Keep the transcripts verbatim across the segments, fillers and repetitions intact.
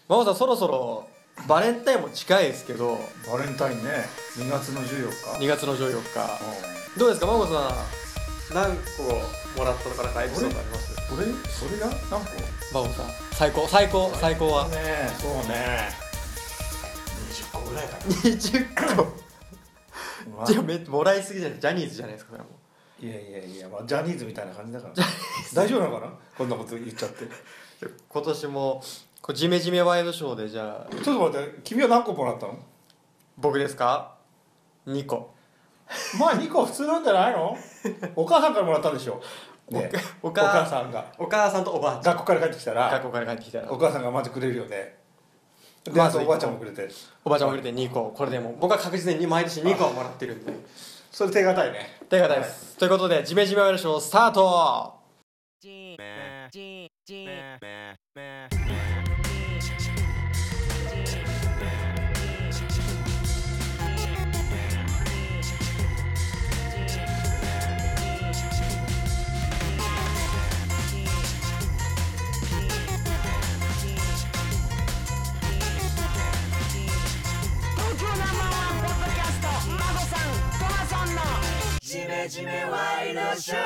真帆さん、そろそろバレンタインも近いですけど、 バレンタインね、にがつのじゅうよっか。 にがつのじゅうよっか、 うどうですか真帆さん、何個もらったとかなんかエピソードあります？ ん、俺それが何個？ 真帆さん、最高最高最高はね、そうね、にじゅっこぐらいかな。 にじゅっこまあじゃあめもらいすぎじゃない、ジャニーズじゃないですか。それはもういやいやいや、まあ、ジャニーズみたいな感じだから大丈夫なのかな、こんなこと言っちゃって。 今年もこうジメジメワイドショーで、じゃあちょっと待って、君は何個もらったの？ 僕ですか？にこ。 まあにこ普通なんじゃないの？お母さんからもらったんでしょ、ね、 おお母さんがお母さんとおばあちゃん、 学校から帰ってきたら学校から帰ってきたらお母さんがまずくれるよね。で、 まずあとおばあちゃんもくれて、 おばあちゃんもくれてにこ。これでもう僕は確実に毎年にこはもらってるんでそれ手堅いね。 手堅いです、ということでジメジメワイドショースタート。 東京ナンバーワンポッドキャスト、マゴさん、トマさんのジメジメワイドショー。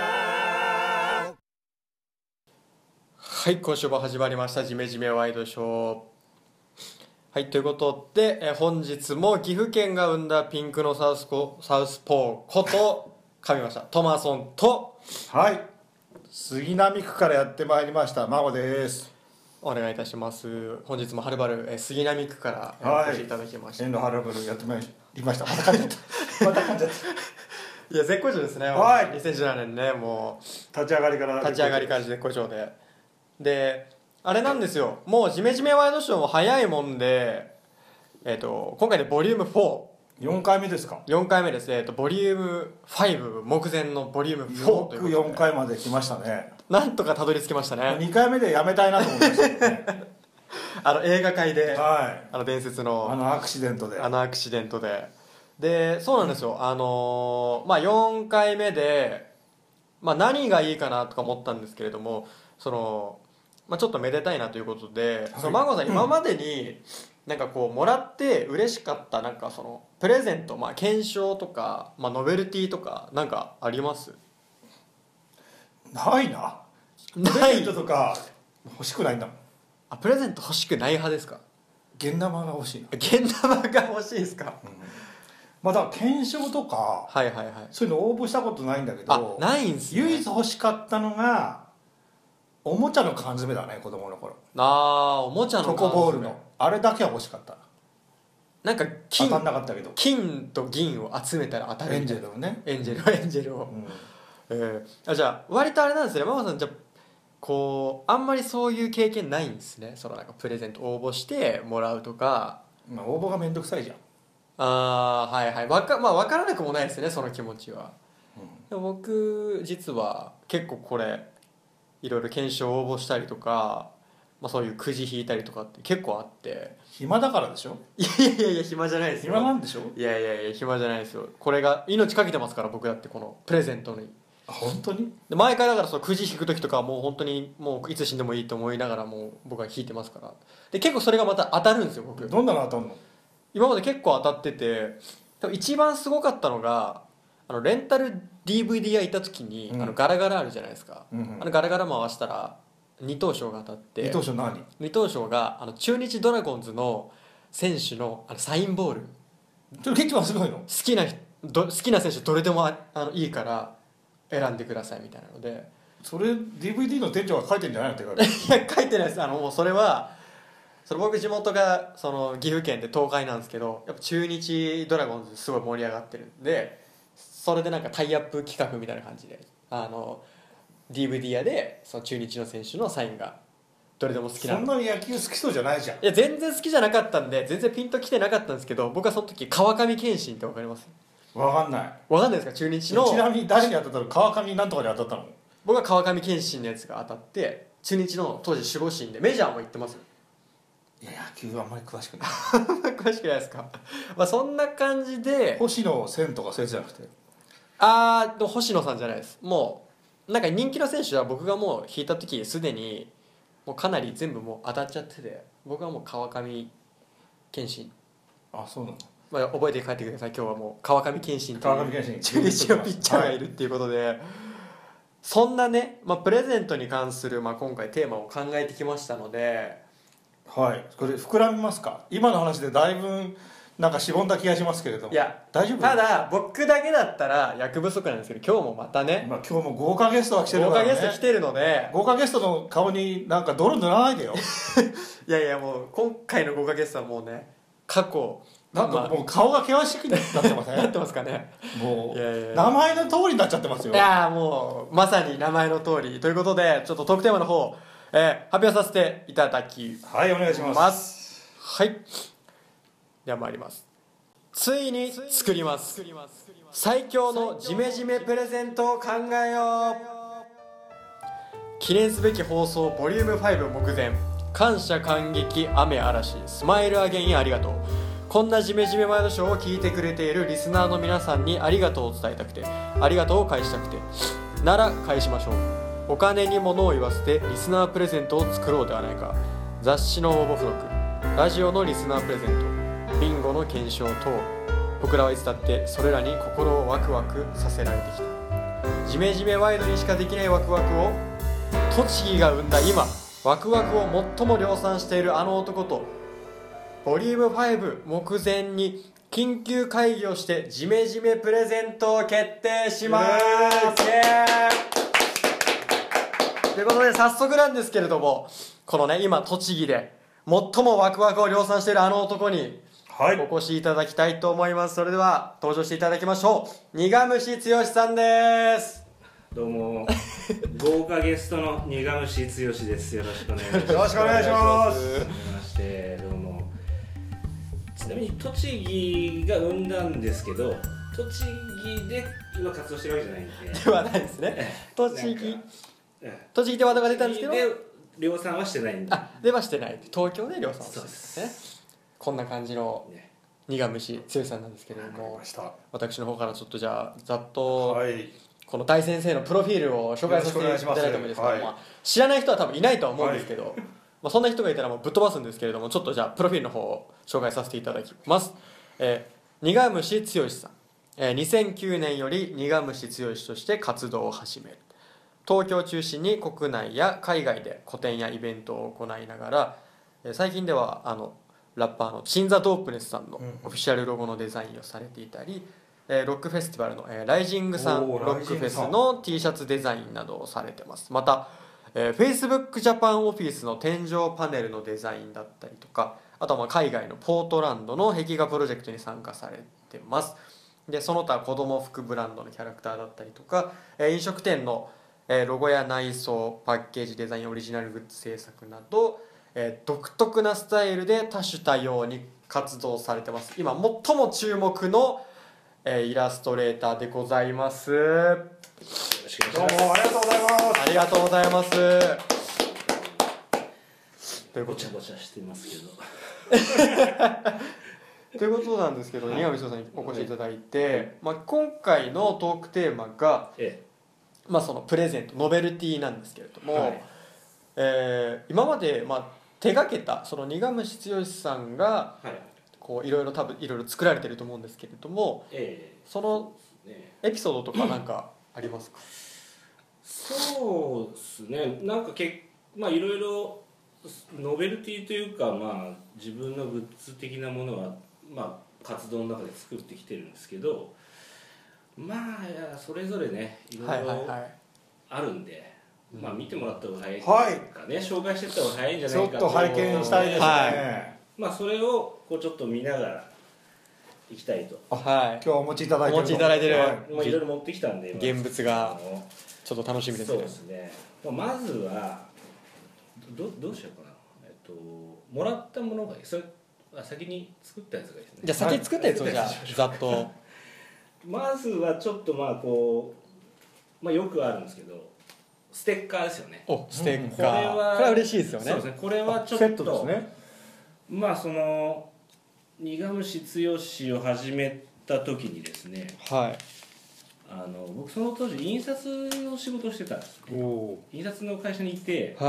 はい、今週も始まりましたジメジメワイドショー。はい、ということでえ本日も岐阜県が生んだピンクのサウスコサウスポーこと噛みましたトマソンと、 はい、杉並区からやってまいりました孫です。 お願いいたします。本日もはるばるえ杉並区からえはい、 お越しいただきました。 遠路はるばるやってまいりました。また噛んじゃったまた噛んじゃったいや絶好調ですね。 はい、 にせんじゅうななねんね、もう立ち上がりから立ち上がりから絶好調で、であれなんですよ、もうジメジメワイドショーも早いもんで、えー、と今回でボリュームフォー、 よんかいめですか。 よんかいめです。えー、とボリュームファイブ目前のボリュームフォーよくということで、 よんかいまで来ましたね。 なんとかたどり着きましたね。 にかいめでやめたいなと思いましたけどねあの映画界で、 はい、 あの伝説のあのアクシデントであのアクシデントででそうなんですよ、あのーまあよんかいめで、まあ、何がいいかなとか思ったんですけれども、その、まあ、ちょっとめでたいなということで、 はい、 そのマンゴーさん、今までになんかこうもらって嬉しかったなんかそのプレゼント、まあ、懸賞とか、まあ、ノベルティとかなんかあります？ ないな。 ないプレゼントとか欲しくないんだもん。 あ、プレゼント欲しくない派ですか？ 現玉が欲しいな。 現玉が欲しいですか？ うん、まあだから懸賞とかはいはいはい。 そういうの応募したことないんだけど、 あ、ないんすね。 唯一欲しかったのがおもちゃの缶詰だね、子供の頃。 あー、おもちゃのチョコボールのあれだけは欲しかった。 なんか金当たんなかったけど、 金と銀を集めたら当たるエンみたいな。 ジェルをね、 エンジェルをエンジェルを、 うん、 えー、あ、じゃあ割とあれなんですね、ママさん、じゃあこうあんまりそういう経験ないんですね。そのなんかプレゼント応募してもらうとか。 まあ、応募がめんどくさいじゃん。 あー、はいはい、わか、まあ、分からなくもないですね、その気持ちは。 うん、 でも僕実は結構これいろいろ検証応募したりとか、まあ、そういうくじ引いたりとかって結構あって。 暇だからでしょ。 いやいやいや、暇じゃないですよ。 暇なんでしょ。 いやいやいや、暇じゃないですよ。これが命かけてますから、僕だってこのプレゼントに。 本当に。 で毎回だからそのくじ引く時とかはもう本当にもういつ死んでもいいと思いながらもう僕は引いてますから。で結構それがまた当たるんですよ、僕。 どんなの当たるの？ 今まで結構当たってて、多分一番すごかったのが、あのレンタル ディーブイディー 屋行った時に、 うん、 あのガラガラあるじゃないですか、 うんうん、 あのガラガラ回したら二等賞が当たって。 二等賞何？ 二等賞があの中日ドラゴンズの選手の、あのサインボール。 それ結構すごいの？ 好きなど好きな選手どれでもああのいいから選んでくださいみたいなので。 それ ディーブイディー の店長が書いてんじゃないの？手紙。いや書いてないです。あのもうそれはその僕地元がその岐阜県で東海なんですけど、やっぱ中日ドラゴンズすごい盛り上がってるんで、それでなんかタイアップ企画みたいな感じで、あの ディーブイディー 屋でその中日の選手のサインがどれでも好きなの。 そんなに野球好きそうじゃないじゃん。 いや全然好きじゃなかったんで全然ピンときてなかったんですけど、僕はその時川上憲伸って分かります？ 分かんない。 分かんないですか？中日の。 ちなみに誰に当たったの？川上なんとかに当たったの？ 僕は川上憲伸のやつが当たって、中日の当時守護神でメジャーも行ってます。 いや野球はあんまり詳しくない詳しくないですか？まあそんな感じで。 星野千とかそういうやつじゃなくて。 あー、でも星野さんじゃないです。もうなんか人気の選手は僕がもう引いた時すでにもうかなり全部もう当たっちゃってて、 僕はもう川上健信、 あ、そうなの。 まあ、覚えて帰ってください。今日はもう川上健信という川上健信中日のピッチャーがいるっていうことで、そんなね、まあ、プレゼントに関する、まあ、今回テーマを考えてきましたので、 はい。これ膨らみますか。今の話でだいぶなんかしぼんだ気がしますけれども。 いや大丈夫。 ただ僕だけだったら役不足なんですけど、今日もまたね、 まあ今日も豪華ゲストが来てる豪からね。 華ゲスト来てるので、 豪華ゲストの顔になんか泥塗らないでよ。 いやいやもう今回の豪華ゲストはもうね、過去なんかもう顔が険しくなってません。 なってますかね。 もういやいやいや名前の通りになっちゃってますよ。 いやーもうまさに名前の通りということで、ちょっとトークテーマの方、えー発表させていただきはい、お願いします。 ますはい、では参ります。ついに作ります、最強のジメジメプレゼントを考えよう。記念すべき放送ボリュームファイブ目前、感謝感激雨嵐スマイルアゲインありがとう。こんなジメジメワイドショーを聞いてくれているリスナーの皆さんにありがとうを伝えたくて、ありがとうを返したくて、なら返しましょう。お金に物を言わせてリスナープレゼントを作ろうではないか。雑誌の応募付録、ラジオのリスナープレゼント、ビンゴの検証等、僕らはいつだってそれらに心をワクワクさせられてきた。ジメジメワイドにしかできないワクワクを栃木が生んだ今、ワクワクを最も量産しているあの男とボリュームファイブ目前に緊急会議をしてジメジメプレゼントを決定します。イエーイということで早速なんですけれども、このね今栃木で最もワクワクを量産しているあの男にはい。 お越しいただきたいと思います。それでは登場していただきましょう。苦虫剛さんです。 どうも豪華ゲストの苦虫剛です。よろしくお願いします。 よろしくお願いしますはじめましてどうも。ちなみに栃木が生んだんですけど、栃木で今活動してるわけじゃないんで。 ではないですね。栃木なんか栃木でワードが出たんですけど、 栃木で量産はしてないんで。 あではしてない。東京で量産をしてるんでそうですね。こんな感じのね苦虫剛さんなんですけれどわかりもま、した。 私の方からちょっとじゃあざっとはい。 この大先生のプロフィールを紹介させていただいてもいいですか。 よろしくお願いしますまあ、知らない人は多分いないとは思うんですけど、 はいまあ、そんな人がいたらもうぶっ飛ばすんですけれども、ちょっとじゃあプロフィールの方を紹介させていただきます。えー、苦虫剛さん、えー、にせんきゅうねんより苦虫剛として活動を始める。東京を中心に国内や海外で個展やイベントを行いながら、えー最近ではあのラッパーのシンザ・ドープネスさんのオフィシャルロゴのデザインをされていたり、えーロックフェスティバルの、えーライジングさんおーロックフェスの T シャツデザインなどをされてます。また、えー、Facebook Japan オフィスの天井パネルのデザインだったりとか、あとはまあ海外のポートランドの壁画プロジェクトに参加されてます。でその他子供服ブランドのキャラクターだったりとか、えー飲食店の、えーロゴや内装パッケージデザインオリジナルグッズ制作など、えー独特なスタイルで多種多様に活動されてます。今最も注目の、えーイラストレーターでございます。 よろしくおどうも願いします。 ありがとうございます。 ありがとうございます。ということごちゃごちゃしてますけど。 ということなんですけど、苦虫さんにお越しいただいて、まあ、今回のトークテーマが、 えまあ、そのプレゼントノベルティなんですけれども、 はいえー今まで、まあ、手がけたその苦虫剛さんがえはい。 こういろいろ多分いろいろ作られてると思うんですけれども、 えそのえね。 エピソードとかなんかありますか？ そうですね、なんかけまあいろいろノベルティというか、まあ自分のグッズ的なものはまあ活動の中で作ってきてるんですけど、まあいやそれぞれねいろはいいろはいはい。 あるんで、まあ見てもらった方が早いはいかね、紹介してった方が早いんじゃちょっないかと拝見したいですね。 はいまあそれをこうちょっと見ながらいきたいと。 はい。 今日お持ちいただいてるのお持ちいただいてるはいまあいろいろ持ってきたんで、 現物があのちょっと楽しみですねそうで。すね、まあ、まずはどどうしようかな、えっと、もらったものがいい、それあ先に作ったやつがいいですね。 じゃあ先作ったやつをじゃあざっと。 まずはちょっとまあこう、まあ、よくあるんですけどステッカーですよね。 おステッカこれー。 はこれは嬉しいですよね。 そうですね、これはちょっセットでとすね。 まあその苦虫剛を始めた時にですね、 はい。 あの僕その当時印刷の仕事をしてたんですね。 おお。 印刷の会社にいて、 はい。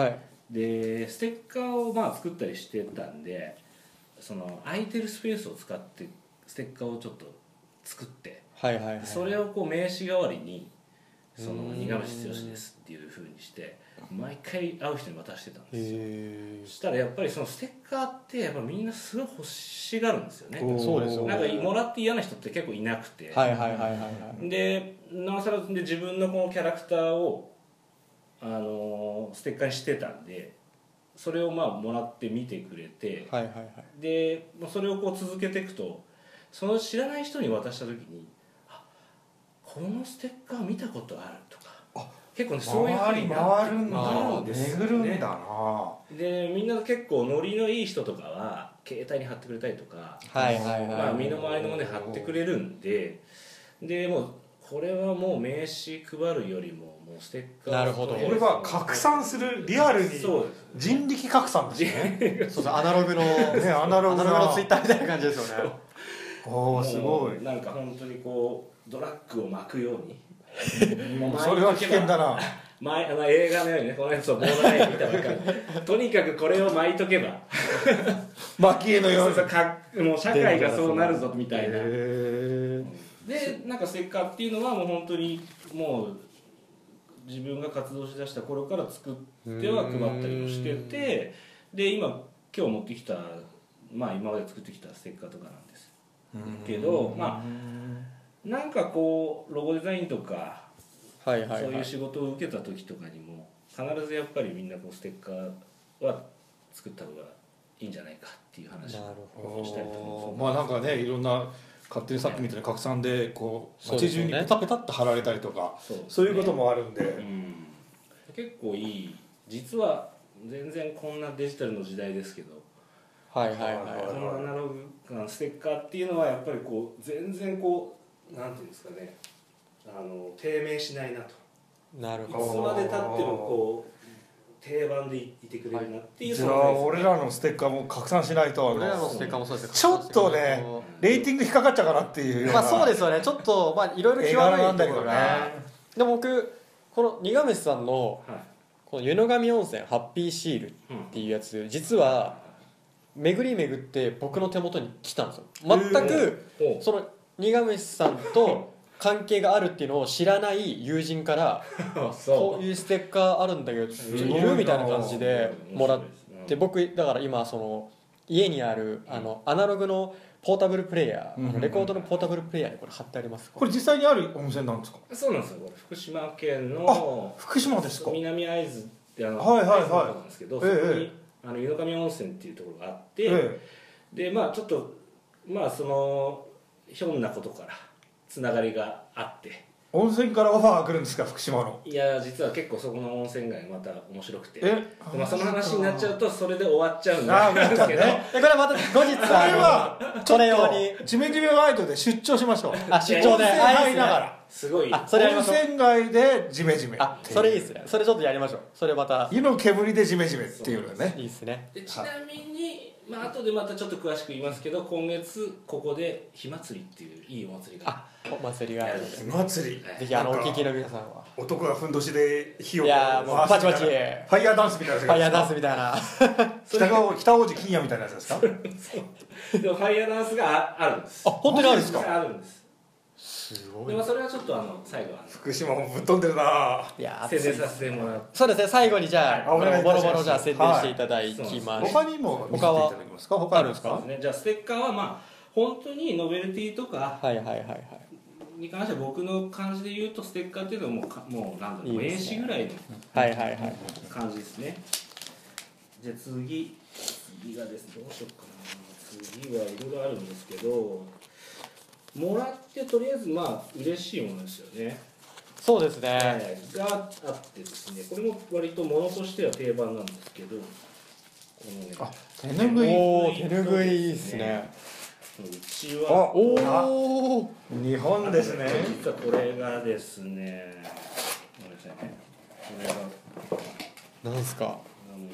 でステッカーをまあ作ったりしてたんで、その空いてるスペースを使ってステッカーをちょっと作って、 はいはいはい、 それをこう名刺代わりにそのうん苦飯剛ですっていう風にして毎回会う人に渡してたんですよ。 へそしたらやっぱりそのステッカーってやっぱみんなすごい欲しがるんですよね。 ーそうですよね。 なんかもらって嫌な人って結構いなくて、 はいはいはいはいはいでなおさらで自分のこのキャラクターをあのステッカーにしてたんで、それをまあもらって見てくれて、 はいはいはいでそれをこう続けていくと、その知らない人に渡した時にあこのステッカー見たことあるとか、結構ねそういうふうに回るんだ、 なるんですよね。 巡るんだな。 でみんな結構ノリのいい人とかは携帯に貼ってくれたりとか、 はいはいはい、 まあ、身の回りのものに貼ってくれるんで、でもうこれはもう名刺配るよりももうステッカーをなるほどこれは拡散する、リアルにそうです人力拡散ですね。 そうそうアナログの、 ねアナログなのツイッターみたいな感じですよね。 おおすごい。 なんか本当にこうドラッグを巻くようにもうそれは危険だな。 前あの映画のようにね、このやつをボーダーライン見たばっかりとにかくこれを巻いとけば蒔絵のように。 そうそうかもう社会がそうなるぞみたいな。 へでなんかステッカーっていうのはもう本当にもう自分が活動しだした頃から作っては配ったりもしてて、で今今日持ってきた、まあ今まで作ってきたステッカーとかなんですけど、まあなんかこうロゴデザインとかはいはいはい、 そういう仕事を受けた時とかにも必ずやっぱりみんなこうステッカーは作った方がいいんじゃないかっていう話なるをしたりとかもまあなんかねいろんな勝手にさっきみたいな拡散でこうそうですよね街中にペタペタっと貼られたりとかそうそういうこともあるんで、 うん結構いい。実は全然こんなデジタルの時代ですけど、 はいはいこはのアナログ感ステッカーっていうのはやっぱりこう全然こうなんていうんですかね、あの低迷しないなと、 いなるいつほまで経ってもこう定番でいてくれるなっていうじゃあ存在ですね。 俺らのステッカーも拡散しないとあど。俺らののステッカーもそうですね。 ちょっとねレーティング引っかかっちゃうかなっていうような、 まあそうですよね。ちょっとまあいろいろ映際どい画なんだけどねところが。でも僕この苦飯さんのはいこの湯野上温泉ハッピーシールっていうやつ、実は巡り巡って僕の手元に来たんですよ。全くほうその苦飯さんと関係があるっていうのを知らない友人からこそういうステッカーあるんだけどちょっといるみたいな感じでもらって僕だから今その家にあるあのアナログのポータブルプレイヤー、 うんレコードのポータブルプレイヤーにこれ貼ってあります。 これ実際にある温泉なんですか？ そうなんですよ。これ福島県の福島ですか？ 南会津ってあのはいはいはい会津の方なんですけど、 ええそこにあの湯野上温泉っていうところがあって、 えでまあちょっとまあそのひょんなことからつながりがあって、 温泉からオファーが来るんですか福島の？ いや実は結構そこの温泉街また面白くて、 えでまあ、その話になっちゃうとそれで終わっちゃうんあーですけど、 ねでこれはまた後日これはちょこれ用っにとジメジメワイドで出張しましょう。 あ出張で温泉あいいっすね入りながらすごいあそれやりましょう。 温泉街でジメジメあそれいいっすね。それちょっとやりましょう。それまた湯の煙でジメジメっていうのね。 いいっすね。 でちなみに、まあ後でまたちょっと詳しく言いますけど、今月ここで火祭りっていういいお祭りがあお祭りがあるんです火ね。 祭り。 ぜひあのおなんか聞きの皆さんは男がふんどしで火をいやーもう回すみたいなパチパチファイヤーダンスみたいなやつファイヤーダンスみたいな北川北王子金也みたいなやつですか？ でもファイヤーダンスがああるんです。 あ本当にあるんですか？ あるんです。 すごでもそれはちょっとあの最後はあの福島もぶっ飛んでるないや宣伝させてもらう。 そうですね。最後にじゃあ、 あお願いいボロたしますボロじゃあ宣伝していただきます。 他にも見せていただけますか？他あるんですか？ そうですね。じゃあステッカーはまあ本当にノベルティとかはいはいはいはい。 に関しては僕の感じで言うとステッカーっていうのはもうかもうなんだろう名いいですね刺ぐらいのはいはいはい。 感じですね。じゃあ次次がですねどうしようかな。次はいろいろあるんですけど、もらってとりあえずまあ嬉しいものですよね。 そうですね。 があってですね、これも割とものとしては定番なんですけど、このねあ手ぬぐいおお手ぬぐいいいっすね。 うちはおあお。 日本ですね。 実はこれがですね、ごめんなさいね、これがなんすか。 あの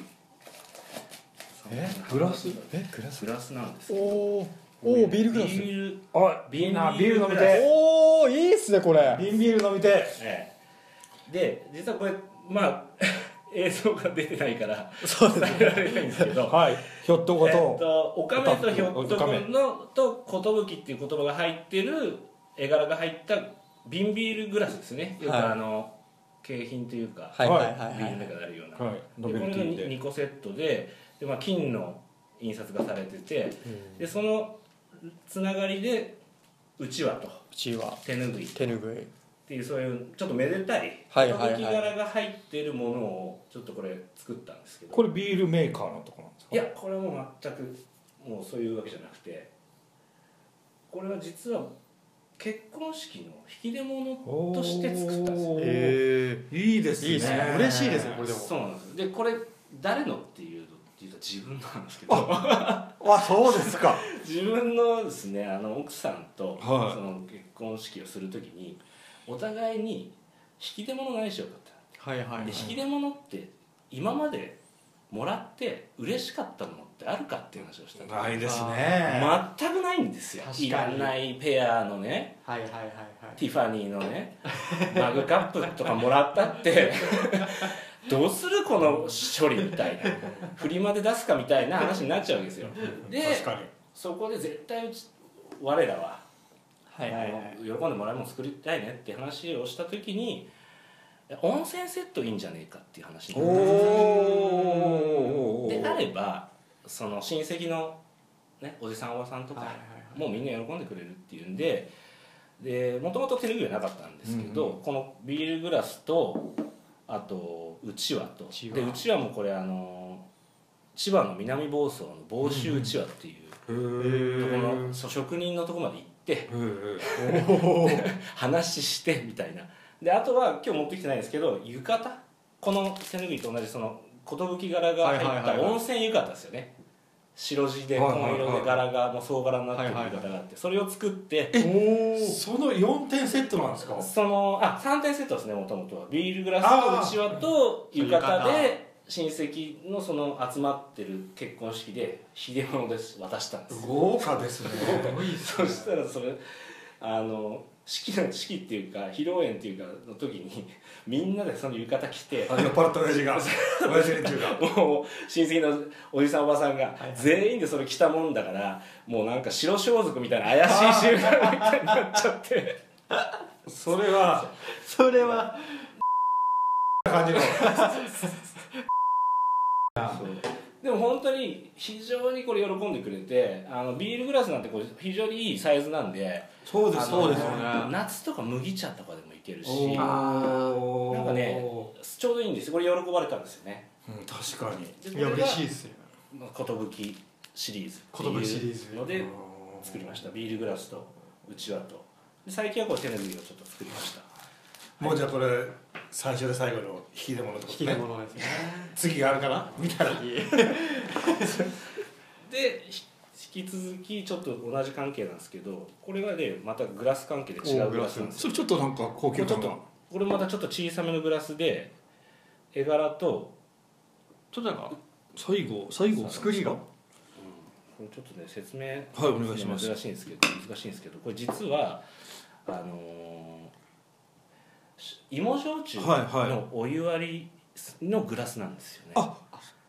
えグラスえグラス。 グラスなんですけおど、 お。おおビールグラス。 ビールあいいなビール飲みビールグラスておおいいっすねこれ。 瓶ビール飲みてええで実はこれまあ映像が出てないからそうです伝えられないんですけどはいひょっとこえっと、 とおかめとひょっとこおかめのと寿っていう言葉が入ってる絵柄が入った瓶ビールグラスですね、よくはいあの景品というか、 はいはいはいビールのはい中であるような、 はいでノこれがベルティでにこセットでで、まあ、金の印刷がされてて、でそのつながりでうちわとうちは手ぬぐいっ手ぬぐいていうそういうちょっとめでたいはいはいはい歌舞伎柄が入っているものをちょっとこれ作ったんですけど、 これビールメーカーのとこなんですか？ いやこれはもう全くもうそういうわけじゃなくて、これは実は結婚式の引き出物として作ったんですよ。 えいいですね。 いいですね嬉しいですねこれでもそうなんです。でこれ誰のっていうとっていうと自分のなんですけどあそうですか。 自分のですねあの奥さんと、 はいその結婚式をするときにお互いに引き出物何しようかってはいはいはいで引き出物って今までもらって嬉しかったものってあるかっていう話をしたんです。 ないですね。 全くないんですよ。 確かにいらないペアのねはいはいはいはいティファニーのねマグカップとかもらったってどうするこの処理みたいなフリマで出すかみたいな話になっちゃうわけですよ。で確かに。 そこで絶対うち我らは、 はいはいはいあの喜んでもらえるもの作りたいねって話をした時に温泉セットいいんじゃねえかっていう話になったんですよ。 おであればその親戚の、ね、おじさんおばさんとか、 はいはいはいもうみんな喜んでくれるっていうんででもともと手ぬぐいはなかったんですけど、 うんうんこのビールグラスとあとうちわとうちわでうちわもこれあの千葉の南房総の房州うちわっていうへところの、 ーそう職人のとこまで行ってへー話してみたいな。であとは今日持ってきてないんですけど浴衣、この手ぬぐいと同じその寿柄が入った温泉浴衣ですよね。白地で紺色で柄がもう総柄になってる浴衣があってそれを作ってそのよんてんセットなんですか？ そのあさんてんセットですね。もともとはビールグラスとうちわと浴衣で親戚のその集まってる結婚式で秀物です渡したんです。 豪華ですね。 そしたらそれあの式の式っていうか披露宴っていうかの時にみんなでその浴衣着てあ酔っ払った親父が親父連中がもう親戚のおじさんおばさんが全員でそれ着たもんだからもうなんか白装束みたいな怪しい集団みたいになっちゃってそれはそれは感じのでも本当に非常にこれ喜んでくれてあのビールグラスなんてこれ非常にいいサイズなんでそうですあのそうですよね夏とか麦茶とかでもいけるしおーなんかねちょうどいいんですよ。これ喜ばれたんですよね。 うん確かにいや嬉しいですよ寿シリーズって寿シリーズいうので作りました。ビールグラスとうちわとで最近はこう手ぬぐいをちょっと作りました。 もうじゃあこれ最初で最後の引き出物ってこ引とねき出物ですね次があるかなみたいなでひ引き続きちょっと同じ関係なんですけどこれがねまたグラス関係で違うグラスなんですよ。 それちょっとなんか高級感がちょっとこれまたちょっと小さめのグラスで絵柄とちょっとなんか最後最後作りがこれちょっとね説明はいお願いします難しいんですけど難しいんですけどこれ実はあのー芋焼酎はいはいのお湯割りのグラスなんですよね。 あ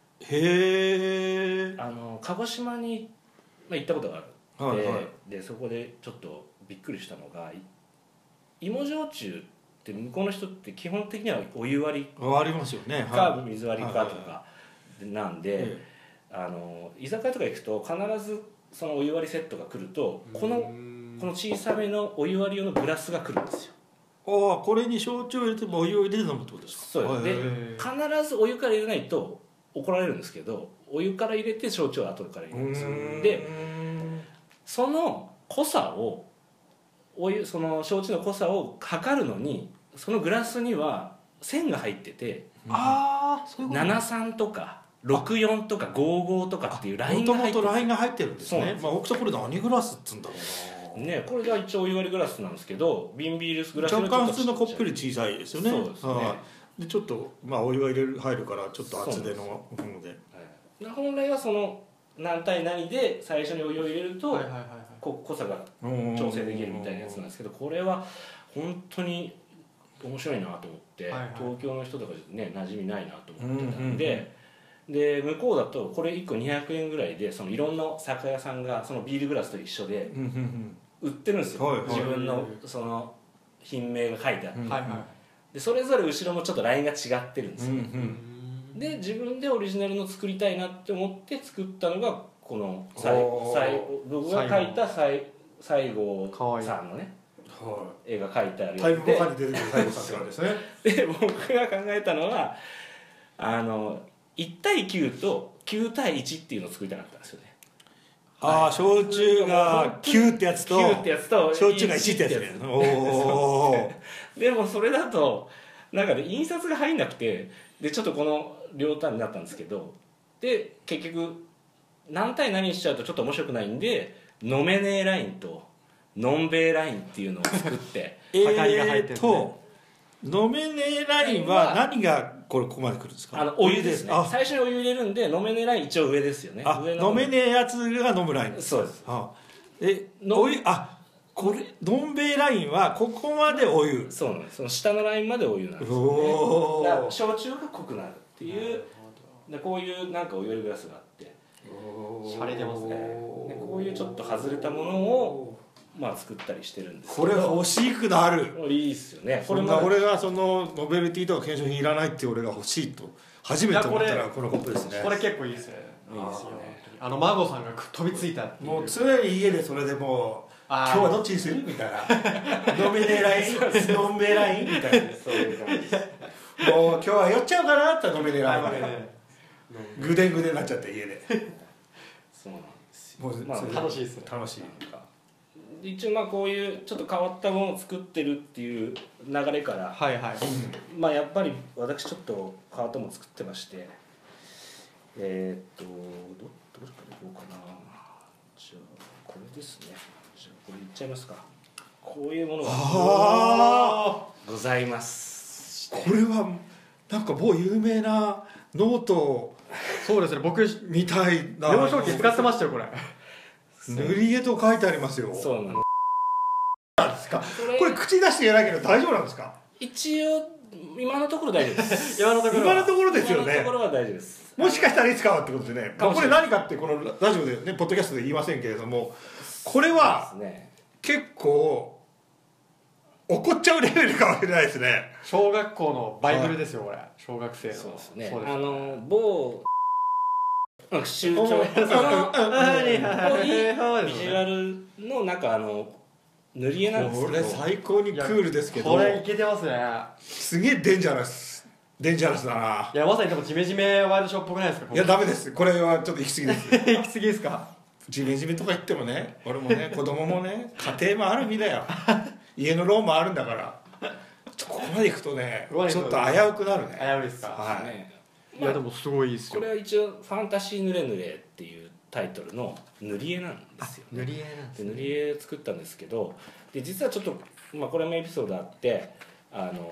へえあの鹿児島に、まあ、行ったことがある、 はいはいででそこでちょっとびっくりしたのがい芋焼酎って向こうの人って基本的にはお湯割りありますよねかは水割りかとかなんで、 えあの居酒屋とか行くと必ずそのお湯割りセットが来るとこのこの小さめのお湯割り用のグラスが来るんですよ。 ああこれに焼酎を入れてお湯を入れて飲むってことですか？ そうですでへ必ずお湯から入れないと怒られるんですけどお湯から入れて焼酎を後から入れるんですよ。 ーでその濃さをお湯その焼酎の濃さを測るのにそのグラスには線が入っててああそういうことななさんとかろくよんとかごじゅうごとかっていうラインが入ってもともとラインるが入ってるんですそうなんですねまあ大きさこれ何グラスっつうんだろうねこれが一応お湯割りグラスなんですけど瓶ビールグラスよりな若干ちょっとちっちゃい普通のコップより小さいですよねそうですねはいでちょっとまあお湯が入れる入るからちょっと厚手のものではい本来はその何対何で最初にお湯を入れると、 はいはいはいはいこ濃さが調整できるみたいなやつなんですけどこれは本当に面白いなと思って、 はいはい、 東京の人とかね馴染みないなと思ってたんで、うんうんうん、で向こうだとこれいっこにひゃくえんぐらいでそのいろんな酒屋さんがそのビールグラスと一緒で売ってるんですよ、 はいはい、 自分のその品名が書いてあって、 はいはい、 でそれぞれ後ろもちょっとラインが違ってるんですよ、うんうん、で自分でオリジナルの作りたいなって思って作ったのがこの僕が書いた西郷さんのね絵が描いてあるタイムボカに出てくる西郷さんって感じですねで僕が考えたのはあのいち対きゅうときゅう対いちっていうのを作りたかったんですよね。 ああ、焼酎がきゅうってやつときゅうってやつと焼酎がいちってやつね。おおでもそれだとなんかね印刷が入んなくてでちょっとこの両端になったんですけど、で結局何対何にしちゃうとちょっと面白くないんで飲めねえラインとのんべえラインっていうのを作ってえーと飲めねえラインは何がこれここまで来るんですか？ あのお湯ですね。最初にお湯入れるんで飲めねえライン一応上ですよね。 あ、 上の飲めねえやつが飲むラインです。 そうです。 あえお湯あこれどん兵衛ラインはここまでお湯。 そうなんです。その下のラインまでお湯なんですよ、ね。 おだから焼酎が濃くなるっていうでこういうなんかお湯グラスがあってシャレてますね。 でこういうちょっと外れたものをまあ作ったりしてるんですけど、 ど、 これ欲しくなる。 いいっすよね。 これも俺がそのノベルティとか検証品いらないって俺が欲しいと初めて思ったらこのコップですね。 これ結構いいですね。いいですよね。あの孫さんが飛びついたっていう。 もう常に家でそれでもう今日はどっちにするみたいな。飲めねえライン、飲めラインみたいな。 そういう感じです。 もう今日は酔っちゃうかなって飲めねえライン。ぐでんぐでんになっちゃって家で。 そうなんですよ。 もうまあ楽しいですね。 楽しい。 一応まあこういうちょっと変わったものを作ってるっていう流れから、 はいはい、 まあやっぱり私ちょっと変わったものを作ってまして、えー、っとどどれからいこうかな。じゃあこれですね。じゃあこれいっちゃいますか。こういうものがございます。 これはなんか某有名なノートそうですね。僕みたいな幼少期使ってましたよこれ。 塗り絵と書いてありますよ。 そうなんですか。これ口出して言えないけど大丈夫なんですか？ 一応今のところ大丈夫です。 今のところ今のところですよね。 今のところは大丈夫です。 もしかしたらいつかはってことでね。これ何かってこのラジオでねポッドキャストで言いませんけれども、これは結構怒っちゃうレベルかもしれないですね。 小学校のバイブルですよこれ。小学生の。 そうですね。あの某宗教ビジュアルのなんかあの塗り絵なんですけど、 これ最高にクールですけど、 これいけてますね。 すげえデンジャラスデンジャラスだな。 いやまさにでもジメジメワイドショーっぽくないですか？ いやダメです。これはちょっと行き過ぎです行き過ぎですか？ ジメジメとか言ってもね、俺もね子供もね家庭もある身だよ。家のローンもあるんだから、ちょここまで行くとねちょっと危うくなるね。 危ういですか？ はい。 ね、いやでもすごいいいですよ。 これは一応「ファンタジーぬれぬれ」っていうタイトルの塗り絵なんですよ、ね、 塗り絵なんです、ね、 で塗り絵作ったんですけど、で実はちょっと、まあ、これもエピソードあって、あのー、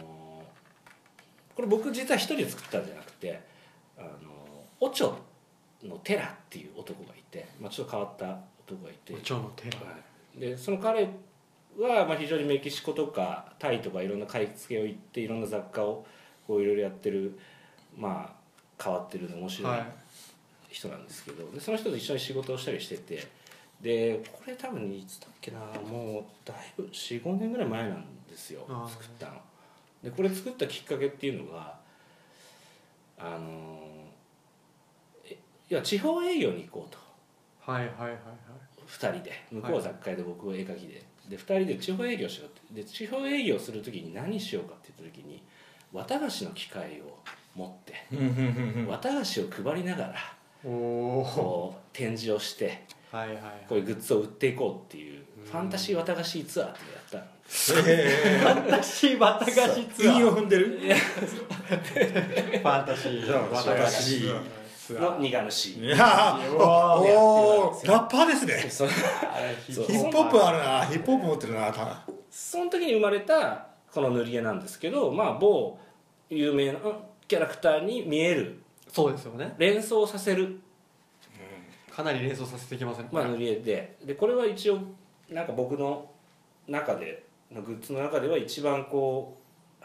これ僕実は一人で作ったんじゃなくて、あのー、オチョのテラっていう男がいて、まあ、ちょっと変わった男がいて、 オチョのテラ、 はい、でその彼はまあ非常にメキシコとかタイとかいろんな買い付けを行っていろんな雑貨をこういろいろやってる、まあ変わってるの面白い人なんですけど、でその人と一緒に仕事をしたりしてて、でこれ多分いつだっけな、もうだいぶ よん,ご 年ぐらい前なんですよ作ったの。でこれ作ったきっかけっていうのが、あのいや地方営業に行こうと、 はいはいはいはい、 ふたりで向こうは雑貨屋で僕は絵描きで、でふたりで地方営業しようって、で地方営業する時に何しようかって言った時に綿菓子の機械を持って綿菓子を配りながらこう展示をして、 はいはいはい、 こういうグッズを売っていこうっていうファンタジー綿菓子ツアーっていうのをやったんです。 ファンタジー綿菓子ツアー。 韻を踏んでる。 ファンタジー綿菓子の苦主。 いやおおラッパーですね。 そうヒップホップあるな、ヒップホップ持ってるな。 その時に生まれたこの塗り絵なんですけど、まあ某有名なキャラクターに見える、 そうですよね、 連想させる、うん、 かなり連想させてきますね、 まあ、塗り絵で、でこれは一応なんか僕の中でのグッズの中では一番こ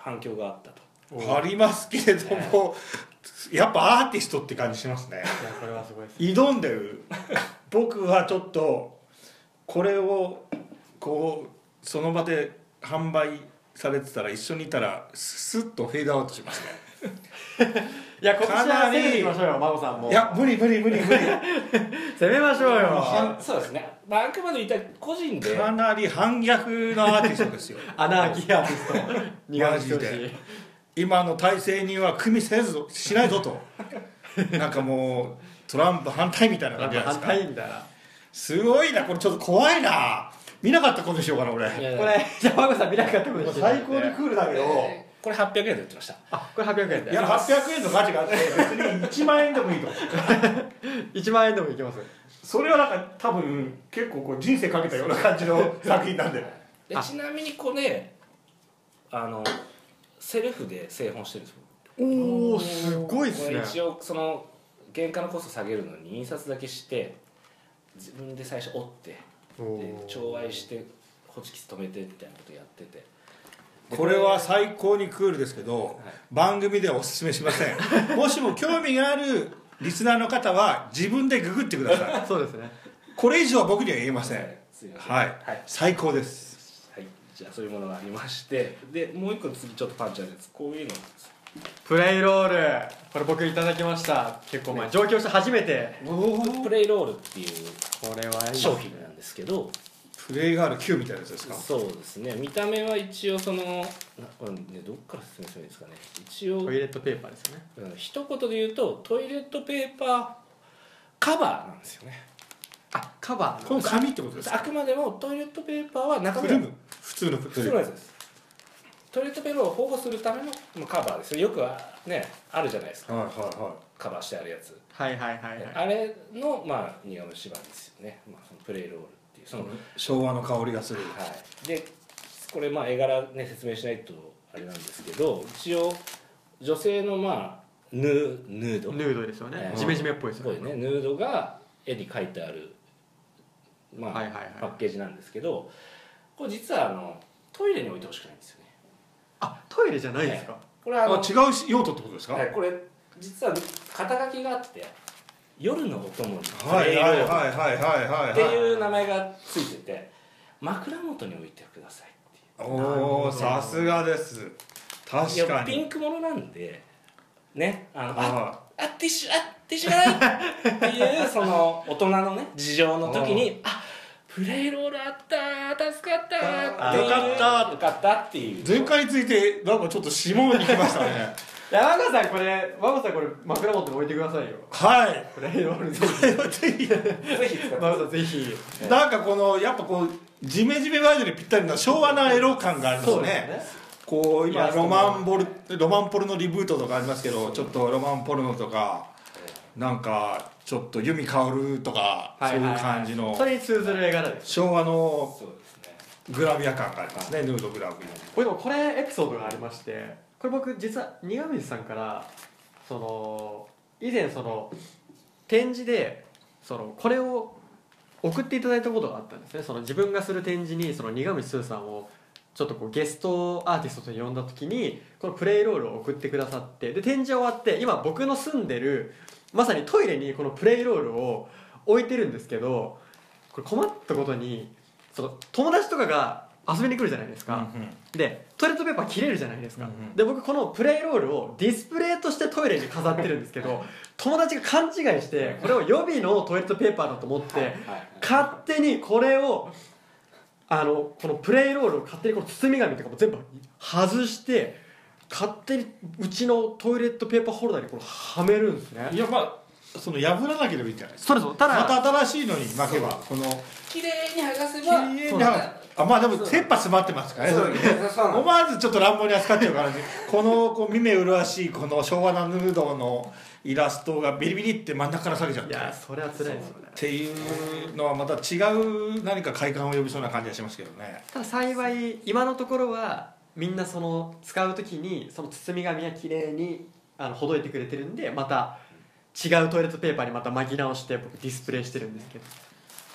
反響があったと。 ありますけれども、やっぱアーティストって感じしますね。 いやこれはすごいです。 挑んでる僕はちょっとこれをこうその場で販売されてたら一緒にいたらスッとフェードアウトしますね。 いや今年は攻めていきましょうよ孫さんも。 いや無理無理無理無理攻めましょうよ。 はそうですね、まあ、あくまで言ったら個人でかなり反逆のアーティストですよ。 アナーキーアーティスト苦手マジで今の体制には組みせずしないぞとなんかもうトランプ反対みたいな感じじゃない反ですか。 対みたいな。 すごいなこれ、ちょっと怖いな。見なかったことにしようかな俺。 いやいやこれじゃあ孫さん見なかったことにして最高にクールだけど、 えーこれはっぴゃくえんで売ってました。 あこれはっぴゃくえんでいやはっぴゃくえんの価値があって別にいちまんえんでもいいと思う。 いちまんえんでもいけます。 それはなんか多分結構こう人生かけたような感じの作品なんで。 でちなみにこれあのセルフで製本してるんですよ。 おおすごいっすねこれ。一応その原価のコスト下げるのに印刷だけして自分で最初折ってで調和してホチキス止めてみたいなことやってて、 これは最高にクールですけど、番組ではおすすめしません。もしも興味があるリスナーの方は自分でググってください。 そうですね。 これ以上は僕には言えません。 すいませんはい、 はい最高です。 はい、じゃあそういうものがありまして、でもう一個次ちょっとパンチあるやつ、こういうのですプレイロールこれ僕いただきました。結構前上京して初めて。 プレイロールっていうこれはいい商品なんですけど、 プレイガール Q みたいなやつですか。 そうですね、見た目は一応そのなこれ、ね、どっから説明すればいいですかね。一応トイレットペーパーですよね。 うん一言で言うとトイレットペーパーカバーなんですよね。 あカバーこの紙ってことですか。 あくまでもトイレットペーパーは中身はフィルム、普通のフ普ィルム。 通のやつです。トイレットペーパーを保護するためのまあカバーですよ。よくはねあるじゃないですか、 はいはいはカバーしてあるやつ、 はいはいはいはい。 あれのまあ苦虫芝居ですよね、まあ、そのプレイロールっていうその、 い。昭和の香りがする。 はい、でこれまあ絵柄ね説明しないとあれなんですけど、一応女性のまあヌヌードヌードですよね。 うんジメジメっぽいですよね。 すごいね、ヌードが絵に描いてある、まあはいはいはいパッケージなんですけど、これ実はあのトイレに置いてほしくないんですよね。 あトイレじゃないですか。 これはあのあ違う用途ってことですか。 はい、これ実は肩書きがあって夜のお供にプはいレイロールはいはいはいはいはい。 っていう名前がついてて、枕元に置いてくださいっていう。 おおさすがです。 い確かに。 やピンクものなんでね、あのあああティッシュあティッシュがないっていうその大人のね事情の時にあプレイロールあった助かったっていうよかったよかったっていう前回についてなんかちょっと下に来ましたね。 山川さんこれ山川さんこれ枕元に置いてくださいよ。 はい。 プレイロールぜひぜひ。 ぜひ使って山川さんぜひ。 なんかこのやっぱこうジメジメワイドにぴったりな昭和なエロ感がありますね。こう今ロマンボルロマンポルノリブートとかありますけど、ちょっとロマンポルノとかなんかちょっと由美かおるとかそういう感じのそれに通ずる絵柄です。 昭和のそうですね。 グラビア感がありますね。ヌードグラビこれでもこれエピソードがありまして、これ僕実は苦水さんからその以前その展示でそのこれを送っていただいたことがあったんですね。その自分がする展示にその苦水すーさんをちょっとこうゲストアーティストと呼んだ時にこのプレイロールを送ってくださって、で展示終わって今僕の住んでるまさにトイレにこのプレイロールを置いてるんですけど、これ困ったことにその友達とかが遊びに来るじゃないですか、 うんうんでトイレットペーパー切れるじゃないですか、 うんうんで僕このプレイロールをディスプレイとしてトイレに飾ってるんですけど友達が勘違いしてこれを予備のトイレットペーパーだと思って、 はい勝手にこれをあのこのプレイロールを勝手にこの包み紙とかも全部外して勝手にうちのトイレットペーパーホルダーにこれはめるんですね。 ア。いやまあその破らなければいいんじゃないですか。 そうですただまた新しいのに巻けばこの綺麗に剥がせば綺麗にはあまあでも切羽詰まってますからね。 そうそう思わずちょっと乱暴に扱っちゃうからね。このこう見目麗しいこの昭和なヌードのイラストがビリビリって真ん中から下げちゃっいてっやそれは辛いですよね。 ていうのはまた違う何か快感を呼びそうな感じがしますけどね。 ただ幸い今のところはみんなその使う時にその包み紙は綺麗にあのほどいてくれてるんで、また違うトイレットペーパーにまた巻き直して僕ディスプレイしてるんですけど、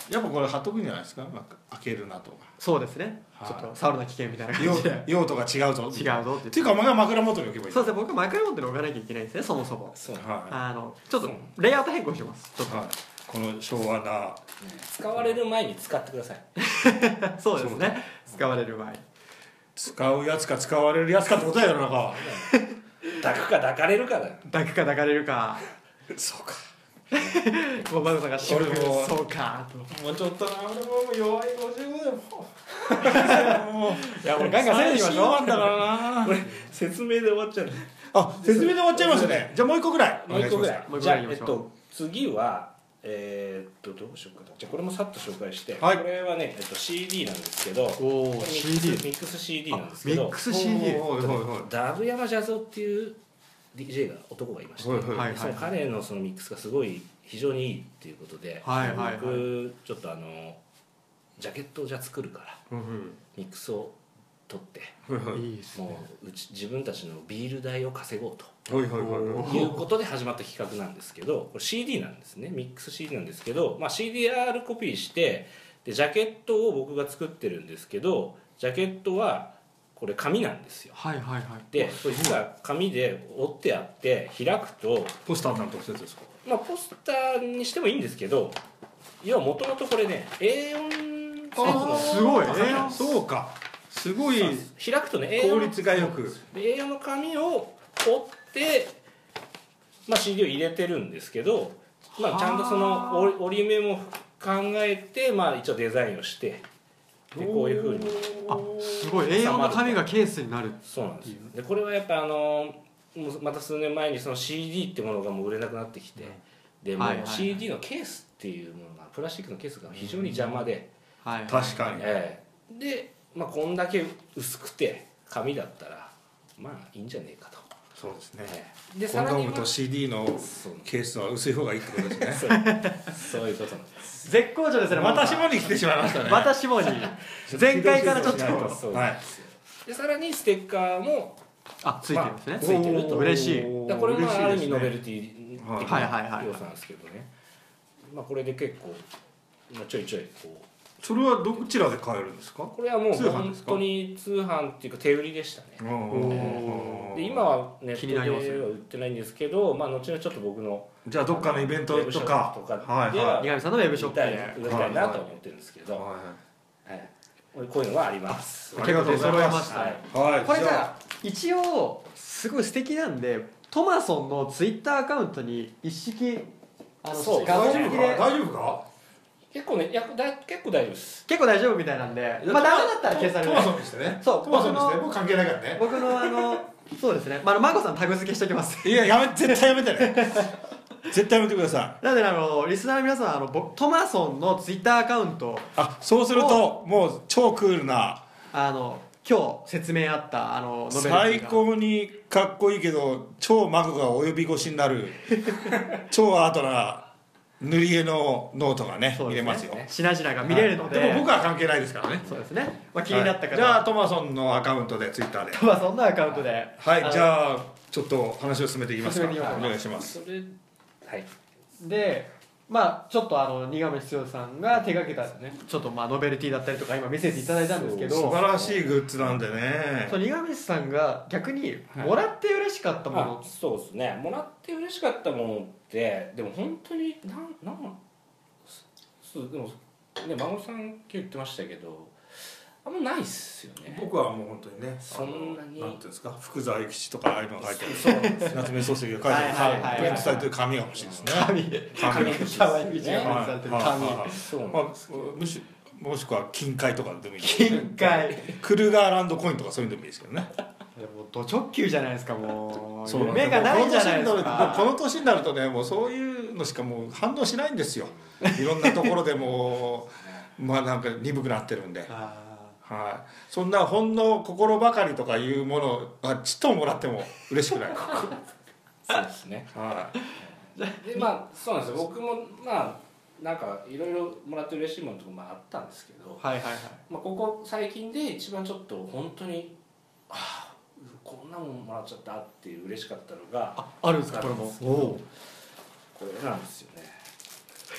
やっぱこれ貼っとくんじゃないですか、まあ、開けるなとかそうですね、 はいちょっと触るの危険みたいな感用じで用途が違うぞ違うぞってっていうかお前が枕元に置けばいい。 そうですね、僕は枕元に置かなきゃいけないんですね、そもそも。 そうはあのちょっとレイアウト変更してますちょっい、はい、この昭和な使われる前に使ってください。 とそうですね、使われる前に使うやつか使われるやつかってことやよなんか抱くか抱かれるかだよ。 抱くか抱かれるかそうかもうマグさんがしぶ俺もそうかともうちょっとな俺も弱いごじゅうごでももういやもうガンガン攻めていきましょう最終版だからなこれ説明で終わっちゃう。 あ説明で終わっちゃいましたね。じゃあもう一個ぐらいもう一個ぐらいもう一個じゃあぐらい行きましょうえっと次はえー、っとどうしようかな。じゃあこれもさっと紹介して、 はいこれはね、えっと、シーディー なんですけど、 おおこれミックスシーディーミックス シーディー なんですけミど、 ックス シーディーおいおいおいダブヤマジャズオっていう ディージェー が男がいまして、 はいはいはいその彼のそのミックスがすごい非常にいいっていうことで、 はいはいはい僕ちょっとあのジャケットをじゃあ作るからうんミックスを取ってはいうんいいですねもううち自分たちのビール代を稼ごうと。 はいはいはいということで始まった企画なんですけど、これ シーディー なんですね、ミックス シーディー なんですけど、まあ、シーディーアール コピーしてでジャケットを僕が作ってるんですけど、ジャケットはこれ紙なんですよ。 はいはいはいでこれ実は紙で折ってあって開くと、 ポスターなんとかしたやつですか。 まあ、ポスターにしてもいいんですけど、要はもともとこれね エーよん サイズのすごいあえーそうかすごい開くとね エーよん効率がよくで エーよん の紙を折って、まあ、シーディー を入れてるんですけど、まあ、ちゃんとその折折り目も考えて、まあ、一応デザインをしてでこういうふうにあすごい エーよん の紙がケースになるそうなんですよ。でこれはやっぱあのもうまた数年前にその シーディー ってものがもう売れなくなってきて、でもうはいはいはいシーディー のケースっていうものがプラスチックのケースが非常に邪魔で、 はい確かにええで、まあ、こんだけ薄くて紙だったらまあいいんじゃねえかと。 そうですねええでコさらにはンドームと シーディー のそうケースは薄い方がいいってことですねそういうことなんです。 絶好調ですねまた下に来てしまいましたねまた下に前回からちょっとそうなんですよ。でさらにステッカーもあついてるんですね、 ついてると嬉しいおーだからこれもある意味ノベ嬉ルティ的はいはいはいはいな要素なんですけどね、まあ、これで結構、まあ、ちょいちょいこうそれはどちらで買えるんですか。 これはもう本通販ですか当に通販っていうか手売りでしたね。 おーで今はネットでは気になりますね売ってないんですけど、まあ、後々ちょっと僕のじゃあどっかのイベントとかウェブショップとかはいでは二上さんのウェブショップで売りたい売りたいなと思ってるんですけど、 ははいこういうのがあります。 ありがとうございます揃えましたはいいはいこれじゃあ一応すごい素敵なんでトマソンのツイッターアカウントに一式あのそう画像大丈夫か付きで大丈夫か。 結構ねやだ結構大丈夫です。 結構大丈夫みたいなんでまあダメだったら消されるトマソンにしてねそうトマソンにして僕のもう関係ないからね。 僕のあのそうですね、まあ、あのマコさんタグ付けしておきますいややめ絶対やめてね絶対やめてください。 なのであのリスナーの皆さんあの僕トマソンのツイッターアカウントあそうするともう超クールなあの今日説明あったあのノベルティ最が高にかっこいいけど超マグが及び腰になる超アートな塗り絵のノートがねそうですね入れますよ。 品々が見れるので、 はいでも僕は関係ないですからね。 そうですね、まあ、気になった方は、 はいじゃあトマソンのアカウントでツイッターでトマソンのアカウントではいじあゃあちょっと話を進めていきますか。 進めていきましょうお願いします。 それはいのでまあちょっとあの新亀剛さんが手掛けたねちょっとまあノベルティだったりとか今見せていただいたんですけど素晴らしいグッズなんでねそう新亀さんが逆にもらって嬉しかったもの、 あそうですね。もらって嬉しかったものってでも本当になんなんそうでもね孫さん今日言ってましたけどあんまないっすよね。 僕はもう本当にねそんなにあのなんていうんですか福沢諭吉とかああいうのが書いてあるそうなんですよ。 夏目漱石が書いてあるはいはいはいプリントされてる紙が欲しいですね紙紙欲しい可愛いですね口がされてる紙はいそうまあなんですよ。 むしもしくは金塊とかでもいい金塊クルガーランドコインとかそういうのでもいいですけどねいやもうド直球じゃないですかもうそうなんです夢がないじゃないですもうかこの年になるとねもうそういうのしかもう反応しないんですよいろんなところでもうまあなんか鈍くなってるんであはい、そんなほんの心ばかりとかいうものはちっとももらっても嬉しくないそうですね。 はでまあそうなんですよ。僕もまあなんかいろいろもらって嬉しいものとかまああったんですけど、 ーはいはいはいまあここ最近で一番ちょっと本当にああこんなもんもらっちゃったっていう嬉しかったのがああるんですかこれもおおこれなんですよね。こ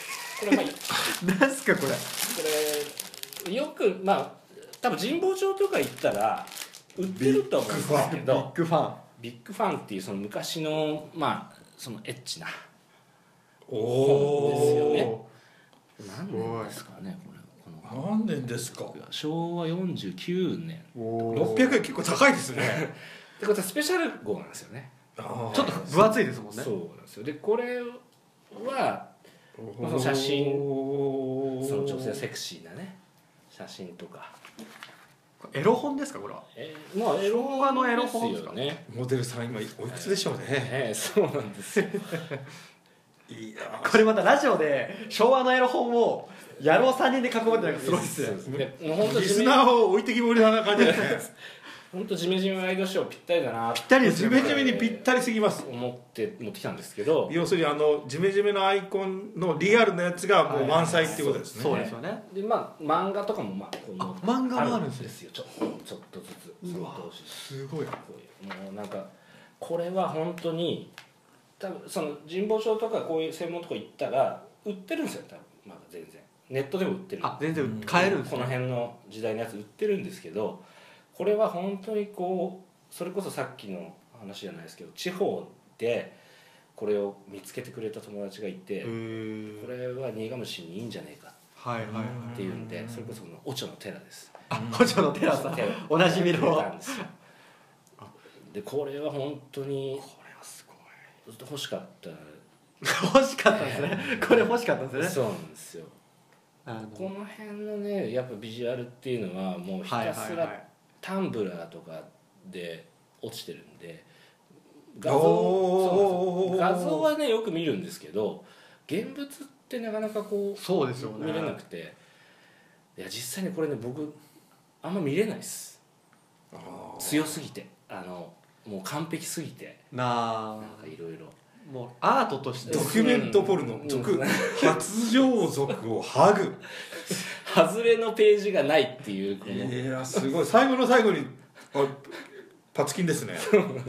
これまあなんすかこれ。 これよくまあ多分神保町とか行ったら売ってると思うんですけビッど、 グファン。 ビッグファンっていうその昔のまあそのエッチなお本ですよおね。何年ですかねこれこの何年ですか。 しょうわよんじゅうきゅうねん。 おろっぴゃくえん結構高いですね。 ってことはスペシャル号なんですよね。 ちょちょっと分厚いですもんね。 そうなんですよ。でこれはまあその写真その女性セクシーなね写真とか。 エロ本ですかこれは。 えー、まあエロ昭和のエロ本ですよね。 モデルさん今おいくつでしょうね。 えー、そうなんですよ。 いやこれまたラジオで昭和のエロ本を野郎さんにんで囲むってなんかすごいっすね。 でもう本当リスナーを置いてきぼりな感じですね。 本当ジメジメワイドショーぴったりだなってぴったりですね。 ジメジメにぴったりすぎます。 思って持ってきたんですけど、 要するにあのジメジメのアイコンのリアルなやつがもう満載っていうことですね。 そうですよね。 でまあ漫画とかもまあこのあ漫画もあるんですねよ。ちょちょっとずつその当時すごい。 こういうもうなんかこれは本当に多分その神保町とかこういう専門のとこ行ったら売ってるんですよ多分まだ全然ネットでも売ってる。 あ全然買えるんですね。 この辺の時代のやつ売ってるんですけど、これは本当にこうそれこそさっきの話じゃないですけど地方でこれを見つけてくれた友達がいて、 へーこれは新潟市にいいんじゃねえかはいはいはい。 っていうんで、それこそこのオチョの寺です。 あ補助のテラさん寺おなじみの。 くれこたんですよ。でこれは本当にれはすごい。 ずっと欲しかった。 欲しかったですね。これ欲しかったですね。 そうなんですよ。 あのこの辺のねやっぱビジュアルっていうのはもうひはいたすらはいはい。 タンブラーとかで落ちてるんで画像おーそうなんですよ画像はねよく見るんですけど現物ってなかなかこうそうですよね。 見れなくて、いや実際にこれね僕あんま見れないです強すぎてあのもう完璧すぎてななんあかいろいろもうアートとしてドキュメントポルノうん族発情族をハグ。 外れのページがないっていうこのいやすごい最後の最後にあパツキンですね。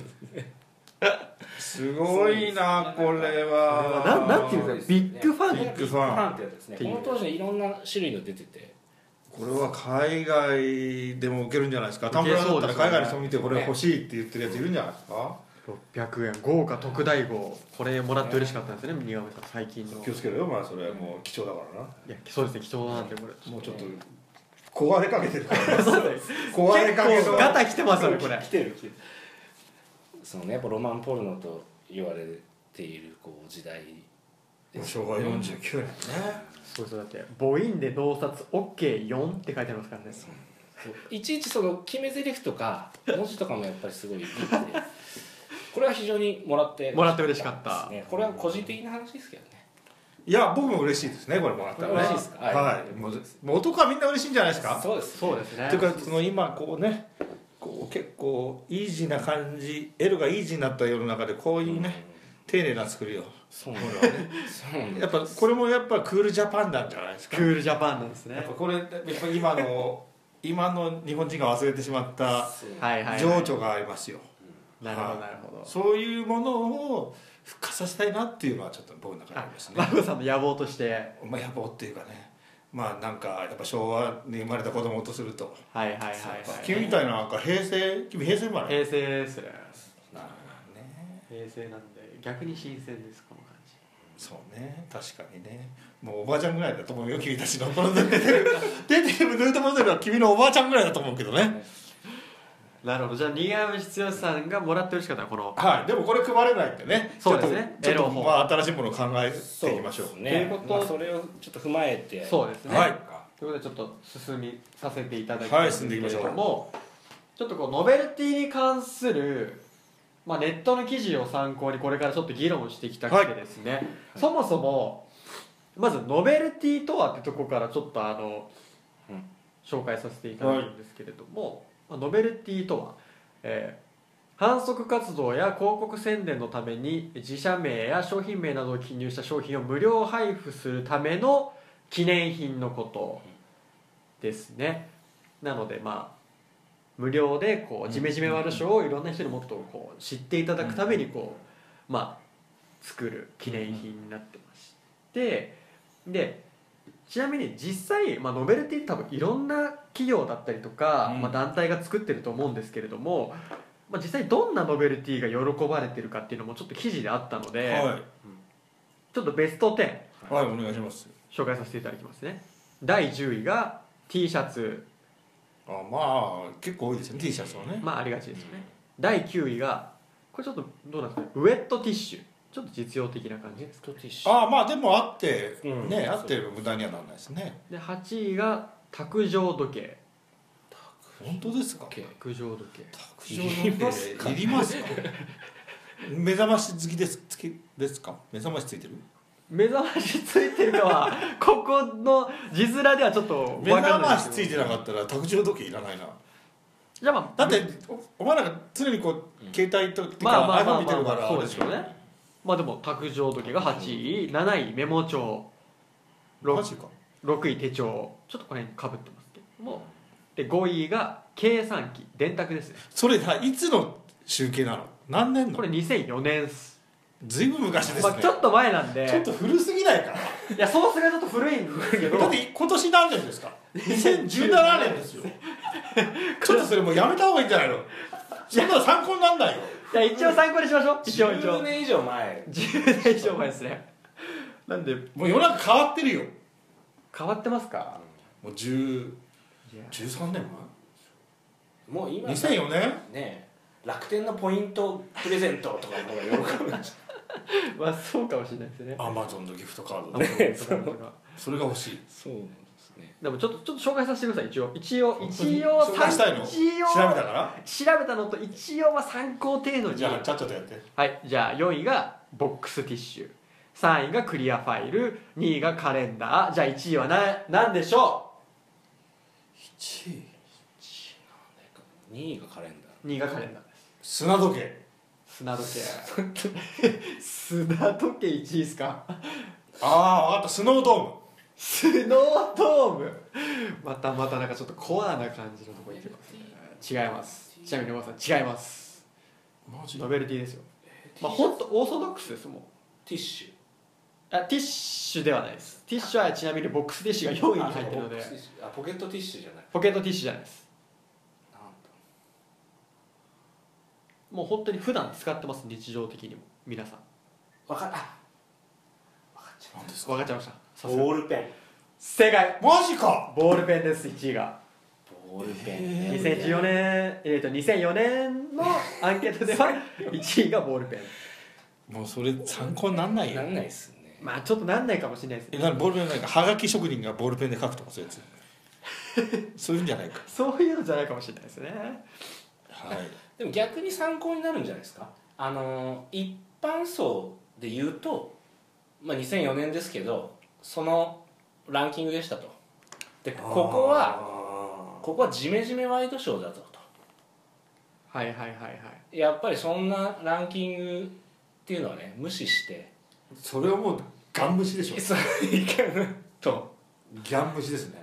すごいなこれは。 なんなんていうんですかビッグファンビッグファンってやつですね。この当時いろんな種類の出ててこれは海外でも受けるんじゃないですか。タンブラーだったら海外の人見てこれ欲しいって言ってるやついるんじゃないですか。 ろっぴゃくえん豪華特大号これもらって嬉しかったんですね。新上さん最近の。 気をつけろよ、まあそれはもう貴重だからな。 いやそうですね貴重なんでこれ。 もうちょっと壊れかけてるからそうです。 壊れかけの結構ガタ来てますよねこれ。 来てる来てるそのねやっぱロマンポルノと言われているこう時代です昭和よんじゅうきゅうねんね。 そうそうだって母音で洞察 オーケーよん って書いてありますからね。 いちいちその決め台詞とか文字とかもやっぱりすごいいいんでこれは非常にもらってもらって嬉しかった。 ねこれは個人的な話ですけどね。 いや僕も嬉しいですねこれもらったらね。 嬉しいですかはい、 はいもうもう男はみんな嬉しいんじゃないですか。 そうですそうですね。 というかその今こうねこう結構イージーな感じ L がイージーになった世の中でこういうね、丁寧な作りをそうなんこれはねそうなんやっぱこれもやっぱクールジャパンなんじゃないですか。 クールジャパンなんですね。 やっぱこれやっぱ今の今の日本人が忘れてしまったはいはい、はい。 情緒がありますよ。 なるほどなるほど。 そういうものを復活させたいなっていうのはちょっと僕の中にありますね。 マグさんの野望として。 まあ野望っていうかね、まあなんかやっぱ昭和に生まれた子供とすると、 はいはいはいはい。 君みたいななんか平成君平成生まれ。 平成ですね。 なるほどね。 平成なんで逆に新鮮ですこの感じ。 そうね確かにね。もうおばあちゃんぐらいだと思うよ君たちのこの出てる出てるヌートモデルは君のおばあちゃんぐらいだと思うけどね。 なるほど。じゃあ新山剛さんがもらって嬉しかったのはこの。 はい。でもこれ配れないんでね。 そうですねちょっとちょっとエロ本まあ新しいものを考えていきましょう。 そうですねということまあそれをちょっと踏まえてそうですね。 はいということでちょっと進みさせていただきたいんですけれども、 はい進んでいきましょちょっとこうノベルティに関する、まあ、ネットの記事を参考にこれからちょっと議論していきたくてですね、そもそもまずノベルティとはってとこからちょっとあの、 うん紹介させていただくんですけれども、まあ、ノベルティとは、えー販促活動や広告宣伝のために自社名や商品名などを記入した商品を無料配布するための記念品のことですね。なのでまあ無料でこうジメジメワルショーをいろんな人にもっとこう知っていただくためにこうまあ作る記念品になってまして、 でちなみに実際、まあ、ノベルティって多分いろんな企業だったりとか、 うんまあ、団体が作ってると思うんですけれども、まあ、実際どんなノベルティが喜ばれてるかっていうのもちょっと記事であったので、 はいちょっとベストじゅうはいお願いします。 紹介させていただきますね。だいじゅういが T シャツ、 あまあ結構多いですね T シャツはね。 まあありがちですよね。だいきゅういがこれちょっとどうなんですかね、ウェットティッシュ、ちょっと実用的な感じです。 ティッシュああまあでもあって、 うんねあって無駄にはならないですね。 ではちいが卓上時計。 本当ですか。 卓上時計卓上時計いりますか。目覚まし好きです好きですか。目覚ましついてる。 目覚ましついてるかはここの字面ではちょっと目分か覚まんないですけど、 しついてなかったら卓上時計いらないな。 じゃあまあだっておお前なんか常にこう携帯とかまあまあまあ iPhone 見てるからそうですよね。まあでも卓上時計がはちい、なないメモ帳、 マジか。 ろくい手帳、ちょっとこの辺かぶってますけども、でごいが計算機、電卓ですね。 それいつの集計なの。何年の。 これにせんよねんっす。 ずいぶん昔ですね、 まあちょっと前なんで、 ちょっと古すぎないか。 いやソースがちょっと古いんですけどだって今年何年ですか。にせんじゅうななねんですよ。ちょっとそれもうやめた方がいいんじゃないの。そんなの参考になんないよ。 いや一応参考にしましょう。一応一じゅう応ねん以上前じゅうねん以上前ですね。なんでもう世の中変わってるよ。 変わってますか。 もうじゅう、じゅうさんねんもう今まえにせんよねん。 ね楽天のポイントプレゼントとかの方が喜ぶんですまあそうかもしれないですね。 アマゾンのギフトカードねでそうかそれが欲しい。 そうなんですね。 でもちょっとちょっと紹介させてください。一応一応一応紹介したいの一応調べたから。 調べたのと一応は参考程度に。 じゃあちゃっちゃとやって。 はい、じゃあよんいがボックスティッシュ、さんいがクリアファイル、にいがカレンダー。じゃあいちいは何何でしょいちいにいがカレンダー。 う。にいがカレンダーです。 砂時計。 砂時計砂時計いちいですか。 ああ分かった。スノードーム。 スノードーム、またまたなんかちょっとコアな感じのとこ行ってますね。違います。ちなみに皆さん違います。 マジノベルティですよ。まあ本当オーソドックスですもん。 ティッシュ。 あティッシュではないです。ティッシュはちなみにボックスティッシュがよんいに入ってるので、 あポケットティッシュじゃない。 ポケットティッシュじゃないです。 なんだもう本当に普段使ってます。日常的にも皆さん。 わかあわかっちゃなんです分かっちゃいました。さう。 すがボールペン。 正解。 マジか。 ボールペンです。いちいがボールペン。 へにせんじゅうよねん、えー、とにせんよねんのアンケートではいちいがボールペン。 もうそれ参考になんないよ。 なんないっすね。 まあちょっとなんないかもしれないですえね。 なんかボールペンなんかはがき職人がボールペンで書くとかそういうやつそういうんじゃないか。 そういうのじゃないかもしれないですね。 はい。 でも逆に参考になるんじゃないですか。あのー一般層で言うと、まあ、にせんよねんですけどそのランキングでしたと。でここはここはジメジメワイドショーだぞと。 はいはいはいはいやっぱりそんなランキングっていうのはね無視してそれはもうガン無視でしょ。 そういかんと。 ギャン無視ですね。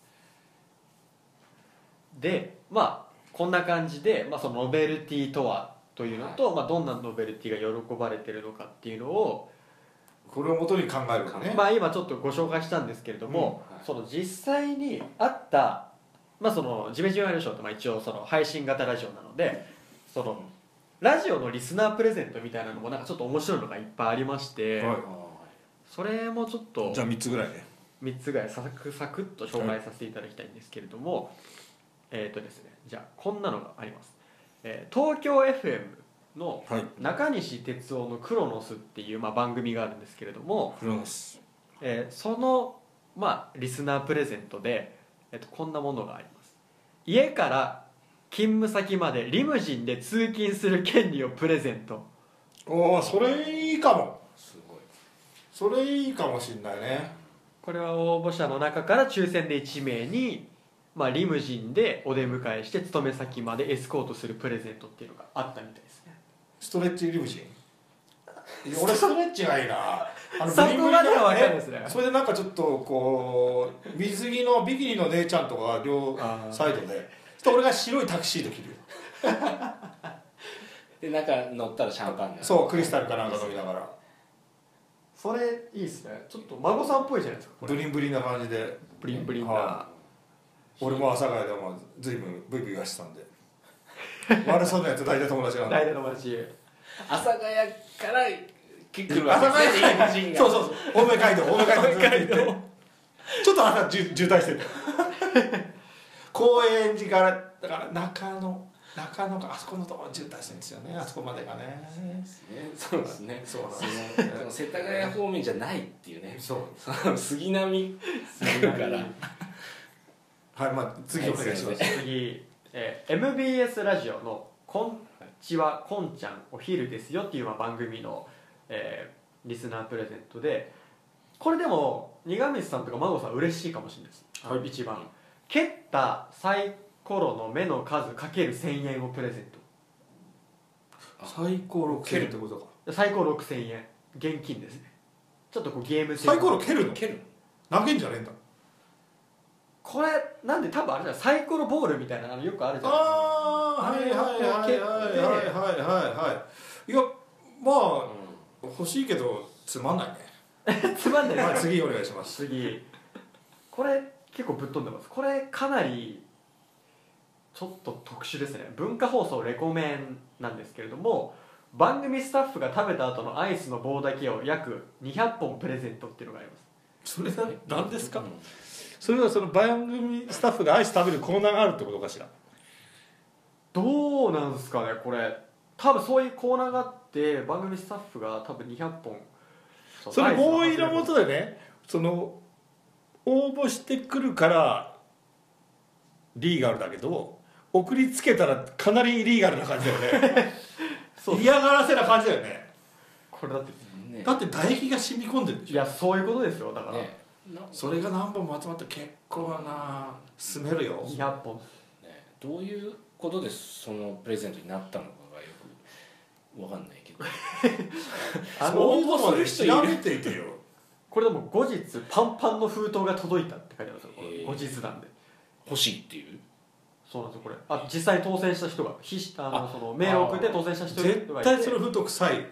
でまあこんな感じで、まあ、そのノベルティとはというのと、まあ、どんなノベルティが喜ばれてるのかっていうのを、 これを元に考えるかね。 まあ、今ちょっとご紹介したんですけれども、 うんはいその実際にあった、まあ、そのジメジメワイドショーってまあ一応その配信型ラジオなのでそのラジオのリスナープレゼントみたいなのもなんかちょっと面白いのがいっぱいありまして、 はいそれもちょっとじゃあみっつぐらいね。 みっつぐらいサクサクっと紹介させていただきたいんですけれども、えっ、とですねじゃあこんなのがあります、えー東京 エフエム のはい。 中西哲夫のクロノスっていうまあ番組があるんですけれども、 クロノス。 えーそのまあリスナープレゼントで、えーとこんなものがあります。家から勤務先までリムジンで通勤する権利をプレゼント。 おおそれいいかも。 すごい。 それいいかもしんないね。 これは応募者の中から抽選でいちめいに、まあ、リムジンでお出迎えして勤め先までエスコートするプレゼントっていうのがあったみたいですね。 ストレッチリムジン。いや俺ストレッチがいいな。あのそこまでは分かるんですねえそれでなんかちょっとこう水着のビキニの姉ちゃんとか両サイドで、ちょっと俺が白いタキシード着る。 で中乗ったらシャンパンが。 そうクリスタルかなんか飲みながら。 それいいっすね。ちょっと孫さんっぽいじゃないですかこれ。 ブリンブリンな感じでブリンブリンな、 は俺も阿佐ヶ谷でも随分ブイブイがしてたんで悪そうなやつ大体友達なんで大体友達。 阿佐ヶ谷から来るわけですね、友人が。 そうそうそう青梅街道青梅街道ずっと行ってちょっと朝渋渋滞してる高円寺からだから中野中野かあそこのところ渋滞してるんですよねあそこまでがねそうですね。 そうなんですそのその世田谷方面じゃないっていうね。 そうその杉並来るから。 はいまあ次お願いします次、えー、エムビーエス ラジオの「こんちはこんちゃんお昼ですよ」っていうまあ番組の、えーリスナープレゼントで、これでも苦光さんとか孫さん嬉しいかもしれないです、はい、一番蹴ったサイコロの目の数かけるせんえんをプレゼンサイコロ蹴るってことかト。サイコロろくせんえん現金ですね。ちょっとこうゲーム性サイコロ蹴るの蹴る投げんじゃねえんだこれなんで多分あれじゃないサイコロボールみたいなのよくあるじゃないですか。 ああはいはいはいはいはいはいはいいやまあ、うん、欲しいけどつまんないねつまんないですか、 まあ、次お願いします次これ結構ぶっ飛んでます。これかなりちょっと特殊ですね。文化放送レコメンなんですけれども、番組スタッフが食べた後のアイスの棒だけを約にひゃっぽんプレゼントっていうのがあります。 それは何ですか、うん、それはその番組スタッフがアイス食べるコーナーがあるってことかしら。 どうなんですかねこれ。多分そういうコーナーがあって番組スタッフが多分にひゃっぽんそれ合意のもとでねその応募してくるからリーガルだけど送りつけたらかなりイリーガルな感じだよね嫌がらせな感じだよねこれだって、 ね、だって唾液が染み込んでるでしょ。 いやそういうことですよ。だから、ね、 それが何本も集まって結構な進めるよにひゃっぽん、 ね、どういうことでそのプレゼントになったのかがよく分かんないけどあの応募する人調べていてよこれでも後日パンパンの封筒が届いたって書いてあるんですよ、 えー、 後日談で欲しいっていう。そうなんですよこれ。あ実際に当選した人がひあのそのメールを送って当選した人がいて、 絶対それ封筒臭い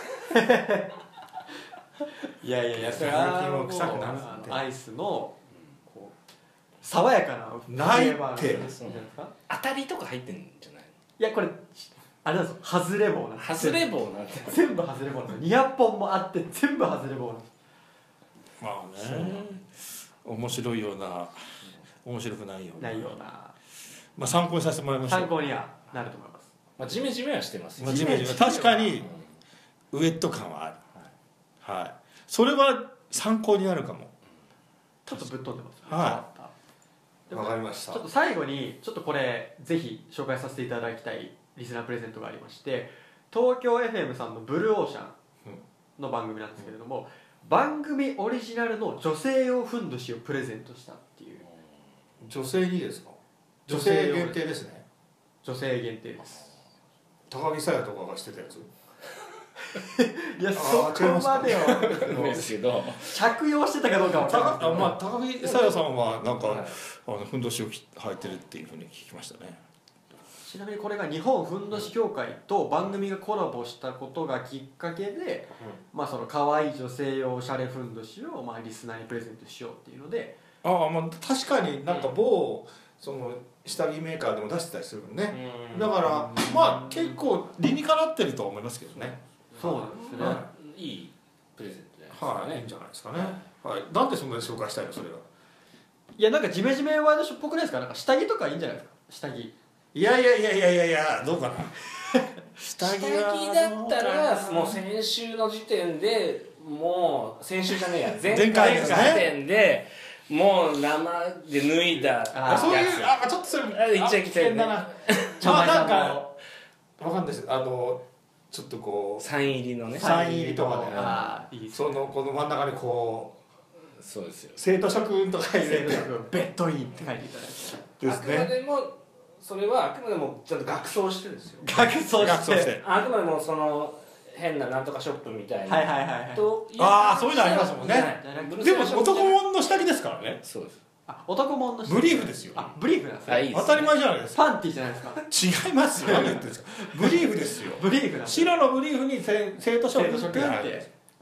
いやいやいやそれは臭くなるってアイスのこう爽やかなないって当たりとか入ってんじゃないの。 いやこれあれなんですよ外れ棒なんです。 外れ棒なんて全部外れ棒なんですよ。にひゃっぽんもあって全部外れ棒なんです。 まあね面白いような面白くないようなないような、 まあ参考にさせてもらいましょう。 参考にはなると思います。 まあジメジメはしてますよ、 まあ、ジメジメ確かにウエット感はある、はい、はい、それは参考になるかも。 ちょっとぶっ飛んでますね。 はいわかりました。 ちょっと最後にちょっとこれぜひ紹介させていただきたいリスナープレゼントがありまして、東京 エフエム さんのブルーオーシャンの番組なんですけれども、うん、番組オリジナルの女性用ふんどしをプレゼントしたっていう。 女性にですか。女性限定ですね。 女性限定です。 高木沙耶とかがしてたやついやそこまではですけど着用してたかどうかは分からない。 まあ高木沙耶さんはなんか、はい、あのふんどしを履いてるっていうふうに聞きましたね。 ちなみにこれが日本ふんどし協会と番組がコラボしたことがきっかけで、うん、まあその可愛い女性用おしゃれふんどしをまあリスナーにプレゼントしようっていうので、 ああまあ確かになんか某その下着メーカーでも出してたりするもんね。だからまあ結構理にかなってると思いますけどね。 そうなんですね、 はい、いいプレゼントじゃないですかね。 はい、いいんじゃないですかね。はい、なんでそんなに紹介したいのそれが。 いやなんかジメジメワイドショーっぽくないですか。なんか下着とかいいんじゃないですか。下着。 いやいやいやいやいやいやどうかな下着だったらもう先週の時点でもう先週じゃねえや前回の時点でもう生で脱いだあそういうあちょっとそれ言っちゃいけないだなまあなんかわかんないですあのちょっとこうサイン入りのねサイン入りとかで、ね、 あいいそのこの真ん中にこうそうですよ生徒諸君とか入れてベッドインって書いていただいてですね。 あくまでもそれはあくまでもちゃんと学装してですよ。 学装してあくまでもその変ななんとかショップみたいなはいはいはいはいとああそういうのありますもんね。でも男物の下着ですからね。 そうです。 あ男物の下着ブリーフですよ。 あブリーフなんですね。 あいいですね当たり前じゃないですか。 パンティじゃないですか。 違いますよ。何言ってるんですか。ブリーフですよ。 ブリーフなんです。 白のブリーフに生徒諸君って生徒諸君ってあ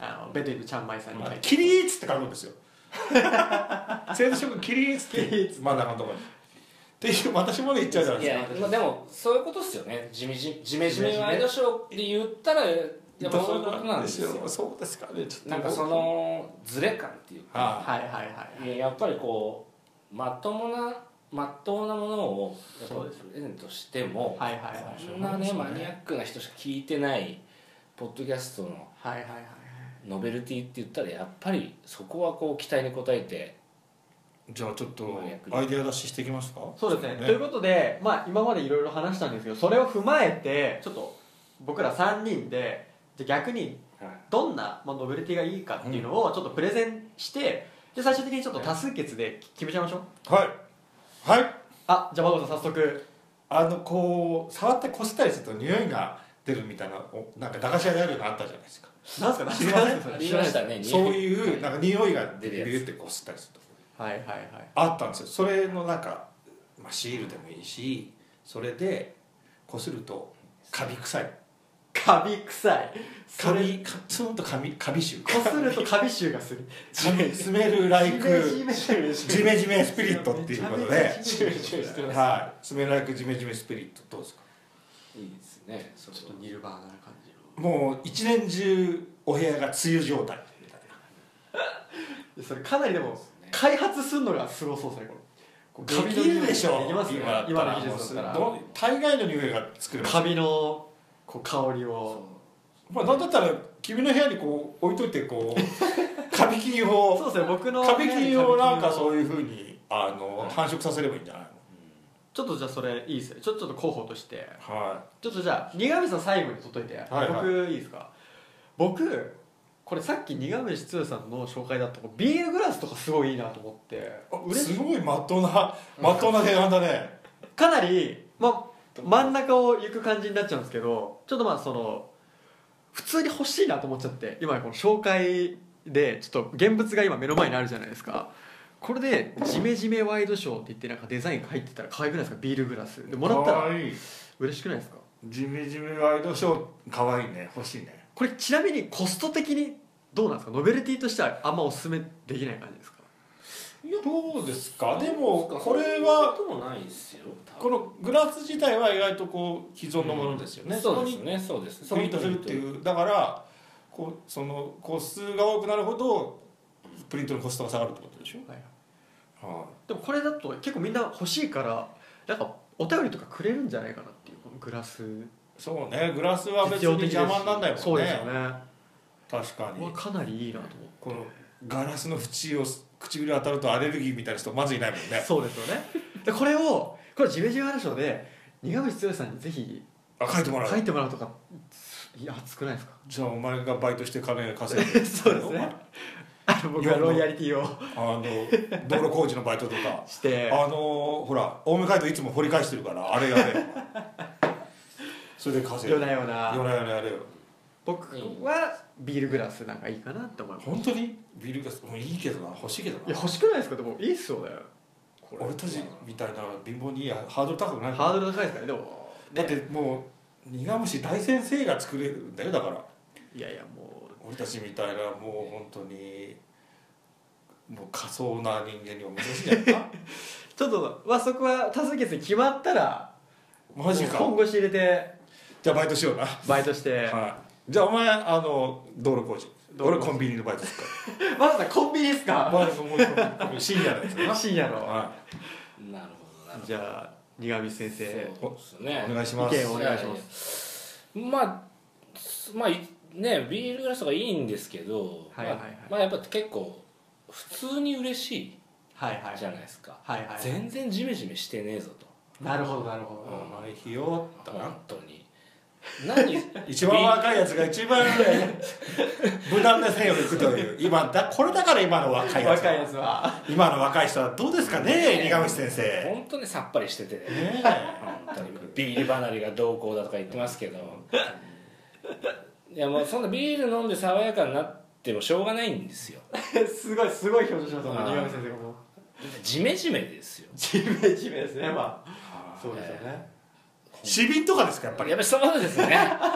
あのベトインのチャンマイさんに書いてキリーツって書くんですよ生徒諸君キリーツって真ん中のところにっていう私もね言っちゃうじゃないいですか。 や、まあ、でもそういうことですよね。じめじじめじめワイドショーで言ったらやっぱそういうことなんですよ。 そうですかね。ちょっとなんかそのズレ感っていうか、 ははいはいはいいややっぱりこうまともなまっとうなものをやっぱそうですプレゼントしても、 はいはいはいそんなねマニアックな人しか聞いてないポッドキャストのはいはいはいノベルティって言ったらやっぱりそこはこう期待に応えて。 じゃあちょっとアイデア出ししていきますか。 そうですねということで、まあ、今までいろいろ話したんですけどそれを踏まえてちょっと僕らさんにんでじゃあ逆にどんな、まあ、ノベルティがいいかっていうのをちょっとプレゼンしてで最終的にちょっと多数決で決めちゃいましょう。 はいはい。 あじゃあ真帆さん早速あのこう触ってこすったりすると匂いが出るみたいなおなんか駄菓子屋であるようなのあったじゃないですか。 なんすか知りませんありましたね。 そういうなんか匂いが出るやつビューってこすったりするとはいはいはいあったんですよ。それのなんか、まあ、シールでもいいしそれでこするとカビ臭いカビ臭いカビカツンとカビカビ臭こするとカビ臭がするカビスメルライクジメジメジメジメスピリットっていうことでジメジメしてますはいスメルライクジメジメスピリットどうですか。 いいですね。ちょちょっとニルバーナな感じのもう一年中お部屋が梅雨状態みたいな。 それかなりでも開発するのがすごそうですねこれできるでしょできますね今今の技術だったらど大概の匂いが作れます。 カビのこう香りをまあなんだったら君の部屋にこう置いといてこうカビ菌をそうですね僕のカビ菌をなんかそうういうふうにあの繁殖させればいいんじゃないの。 ちょっとじゃあそれいいですねちょちょっと候補としてはちょっとじゃあ苦虫さん最後に取っといて、 はい僕いいですか僕これさっき苦虫剛さんの紹介だったこうビールグラスとかすごいいいなと思ってい。 嬉しいすごいまっとうなまっとうな提案だね。 かなり、まあ、真ん中を行く感じになっちゃうんですけどちょっとまあその普通に欲しいなと思っちゃって今この紹介でちょっと現物が今目の前にあるじゃないですかこれでジメジメワイドショーって言ってなんかデザインが入ってたら可愛くないですかビールグラスでもらったらかわいい。 嬉しくないですかジメジメワイドショーかわいいね欲しいね。 これちなみにコスト的にどうなんですかノベルティとしてはあんまおすすめできない感じですかどうですか。でもこれはそういうこともないですよ。 このグラス自体は意外とこう既存のものですよね。 そうですね。そうです。 プリントするっていうだからこうその個数が多くなるほどプリントのコストが下がるってことでしょ。 はいはでもこれだと結構みんな欲しいからなんかお便りとかくれるんじゃないかなっていうこのグラスい。そうねグラスは別に邪魔にならないもんね。 そうですよね確かにこれかなりいいなと思ってこのガラスの縁を唇当たるとアレルギーみたいな人まずいないもんね。 そうですよねでこれをこれジメジメ話で苦虫剛さんにぜひあ書いてもらう。 書いてもらうとかいや熱くないですかじゃあお前がバイトして金稼いでそうですねあの僕はロイヤリティをあの道路工事のバイトとかしてあのほら青梅街道いつも掘り返してるからあれやれよそれで稼い夜でな夜な夜な夜なやれよ。 僕はビールグラスなんかいいかなって思います本当にビールガスもういいけどな欲しいけどな。 いや欲しくないですかでもいいっすよねこれ俺たちみたいな貧乏にハードル高くないハードル高いですからねでもだってもう苦虫大先生が作れるんだよだからいやいやもう俺たちみたいなもう本当にもう仮想な人間には難しいんじゃないかちょっと、まあ、そこは多数決に決まったらマジか。 本腰入れてじゃあバイトしような。 バイトしてはい、じゃあお前あの道路工事俺コンビニのバイトですかまさかコンビニですらかバイトもうコンビニ深夜のやつだな。 深夜の、 はなるほどなるほど。 じゃあ苦味先生そうですね。 い、お願いします。 意見をお願いしますまあまあいねビールグラスとかいいんですけど、 はいはいはいまあ、まあやっぱ結構普通に嬉しいはいはいじゃないですか。 はいはい全然ジメジメしてねえぞと。 なるほどなるほど、 お前ひよったな。 本当に。何一番若いやつが一番無難な線を引くという今だこれだから今の若いやつ若いやつは今の若い人はどうですかね苦虫先生。 本当にさっぱりしててね。 ね本当にビール離れがどうこうだとか言ってますけど、いやもうそんなビール飲んで爽やかになってもしょうがないんですよ。 すごいすごい表情しますもんあー苦味先生がもうジメジメですよ。 ジメジメですねまあそうですよね市民とかですかやっぱり。 やっぱりそうですね。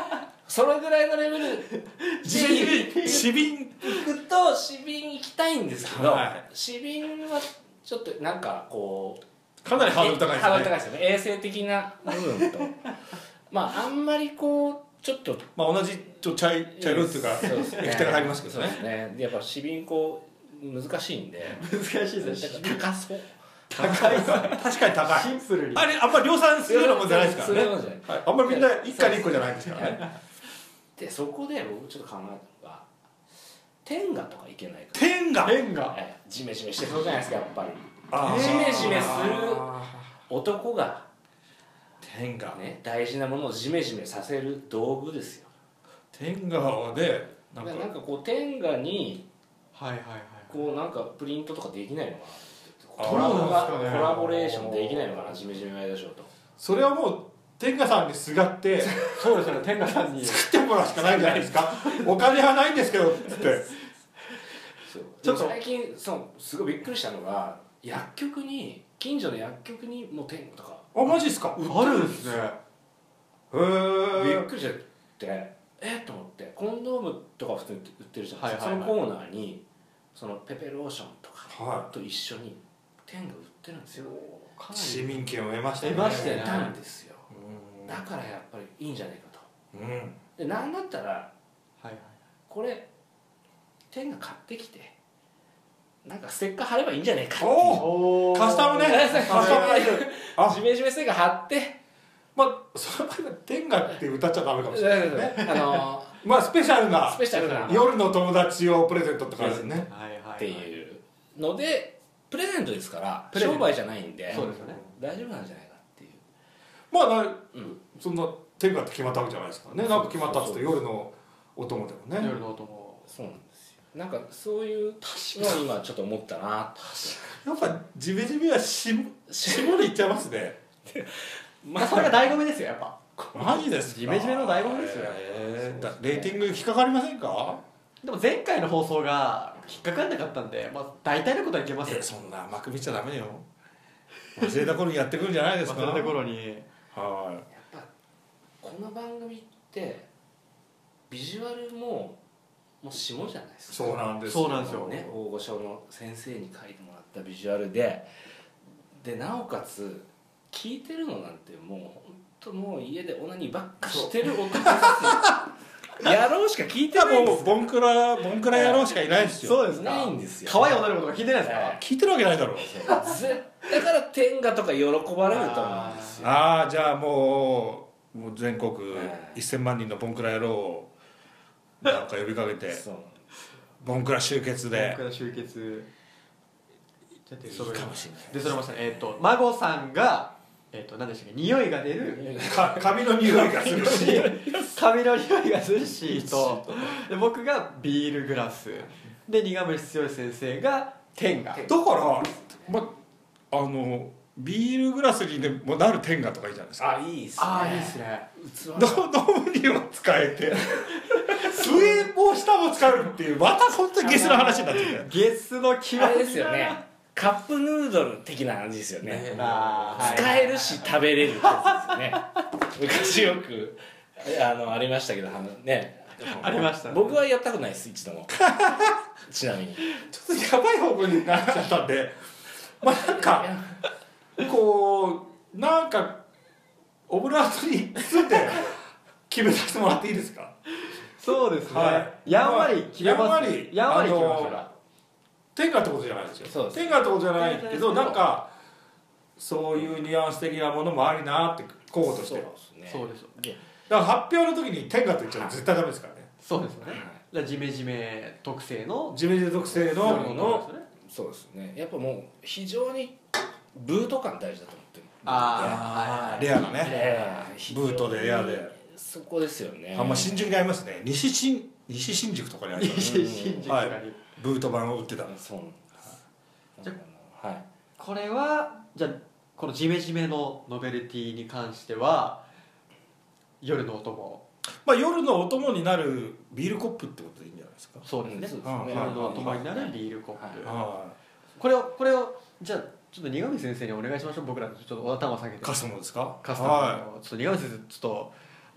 それぐらいのレベル地面地面市民行くと市民行きたいんですけど、 はい、 市民はちょっとなんかこうかなりハードル高いですね。 ハードル高いですよね。衛生的な部分とまああんまりこうちょっとまあ同じちょ茶い茶色っていうか液体が入りますけどね。 そうですね。でやっぱ市民こう難しいんで難しいですね。 高そう高い確かに高い。 シンプルにあれあんま量産するようなもんじゃないですからね。 そういうもんじゃないはい、あんまりみんな一家に一個じゃないですからね。 でそこで僕ちょっと考えたのが天下とかいけないか天下。 天がええジメジメしてそうじゃないですかやっぱり。 あージメジメする男が天下。 ね大事なものをジメジメさせる道具ですよ。 天下でななんんかかこう天下にはいはいはいこうなんかプリントとかできないのかあーなコラボがそうなんですかねコラボレーションできないのかなジメジメワイドショーと。 それはもう天下さんにすがってそうですよね。天下さんに作ってもらうしかないんじゃないですか。お金はないんですけどつって。 そうちょっとでも最近そうすごいびっくりしたのが薬局に近所の薬局にもう天下とかあマジですか。 あるんですね。 へびっえ。 くりしちゃってえっと思ってコンドームとか普通に売ってるじゃないですか、 はいはいはいそのコーナーにそのペペローションとかはと一緒に天が売ってるんですよ。 かい。市民権を得ましたね。 得ましたね売ったんですよ。 うんだからやっぱりいいんじゃないかと。 うん。 でなんだったらはいはい。 これ天が買ってきてなんかステッカー貼ればいいんじゃないかっていうおお。カスタムね。 カスタムあジメジメステッカー貼ってまあその場合は天下って歌っちゃダメかもしれないですね。 あのまあスペシャルなスペシャルなっ夜の友達をプレゼントって感じですね。 はいはいはい。 ていうのでプレゼントですからプレゼント商売じゃないんでそうですよね。 大丈夫なんじゃないかっていう。 まあなうんそんな天下って決まったわけじゃないですからね。なんか決まったっつって夜のお供でもね。 夜の音も。 そうなんですよ。なんかそういうのを今ちょっと思ったなと。 やっぱジメジメはし霜でいっちゃいますね。 まあそれが醍醐味ですよやっぱ。 マジですか。 ジメジメの醍醐味ですよ。 へーだレーティング引っかかりませんか。 でも前回の放送が引っかかんなかったんで、まあ大体のことはいけますよえ。そんな甘く見ちゃダメよ。忘れた頃にやってくるんじゃないですか。 忘れた頃に。 はやっぱこの番組ってビジュアルももう下じゃないですい。 か。 そうなんです。 そうなんですよね、大御所の先生に書いてもらったビジュアルででなおかつ聞いてるのなんてもう本当もう家でオナニーばっかしてる男ですよやろうしか聞いてないんですもうボンクラボンクラ野郎しかいないですよ。 そうですか。 ないんですよ可愛い女の子とか聞いてないですか。 聞いてるわけないだろう。 絶だから天下とか喜ばれると思うんですよ。 ああじゃあもうもう全国はいせんまん人のボンクラ野郎をなんか呼びかけてそうボンクラ集結で僕ら集結。じゃあ出揃いいいかもしれない。 出揃いましたね。えっと孫さんがえっと何でしたっけ、匂いが出る。 か髪の匂いがするし髪の匂いがするシートで僕がビールグラスで苦虫剛先生が天がだからまあのビールグラスにでもなる天下とかいいじゃないですか。 あいいっすね。 ああいいっすね。 器ど飲むにも使えて上も下も使うっていうまた本当にゲスな話になってるね。 ゲスの極みあれですよね。カップヌードル的な感じですよね。 ねあー使えるし食べれるってやつですよね。昔よくあのありましたけど、あのね。 ありましたね。 僕はやったことないです一度も。ちなみに。 ちょっとやばい方向になっちゃったんでまあなんかこうなんかオブラートに包んで決めさせてもらっていいですか。 そうですね、 はやんわり切れます。 やんわりやんわり切れましょうあのか。 天下ってことじゃないですよ。 そうです天下ってことじゃないけど天下ですけどなんかそういうニュアンス的なものもありなって候補として。だかですね。 そうですよね。 ら発表の時に天下って言っちゃうと絶対ダメですからね。 そうですよね。じゃあジメジメ特製のジメジメ属性のののそうですね。やっぱもう非常にブート感大事だと思ってる。 あーレアなねええブートでレアでそこですよね。 あんま新宿にありますね。西新西新宿とかにあります西新宿とかに、 はいブート版を売ってた。 そうなんです。 じゃはい。 これはじゃあこのジメジメのノベルティに関しては夜のお供。 まあ夜のお供になるビールコップってことでいいんじゃないですか。 そうですね、 うんそうですね夜のお供になるビールコップ、 はこれをこれをじゃあちょっと苦味先生にお願いしましょう。僕らちょっとお頭下げてい。カスタムですか。 カスタムの、 はちょっと苦味先生ちょっと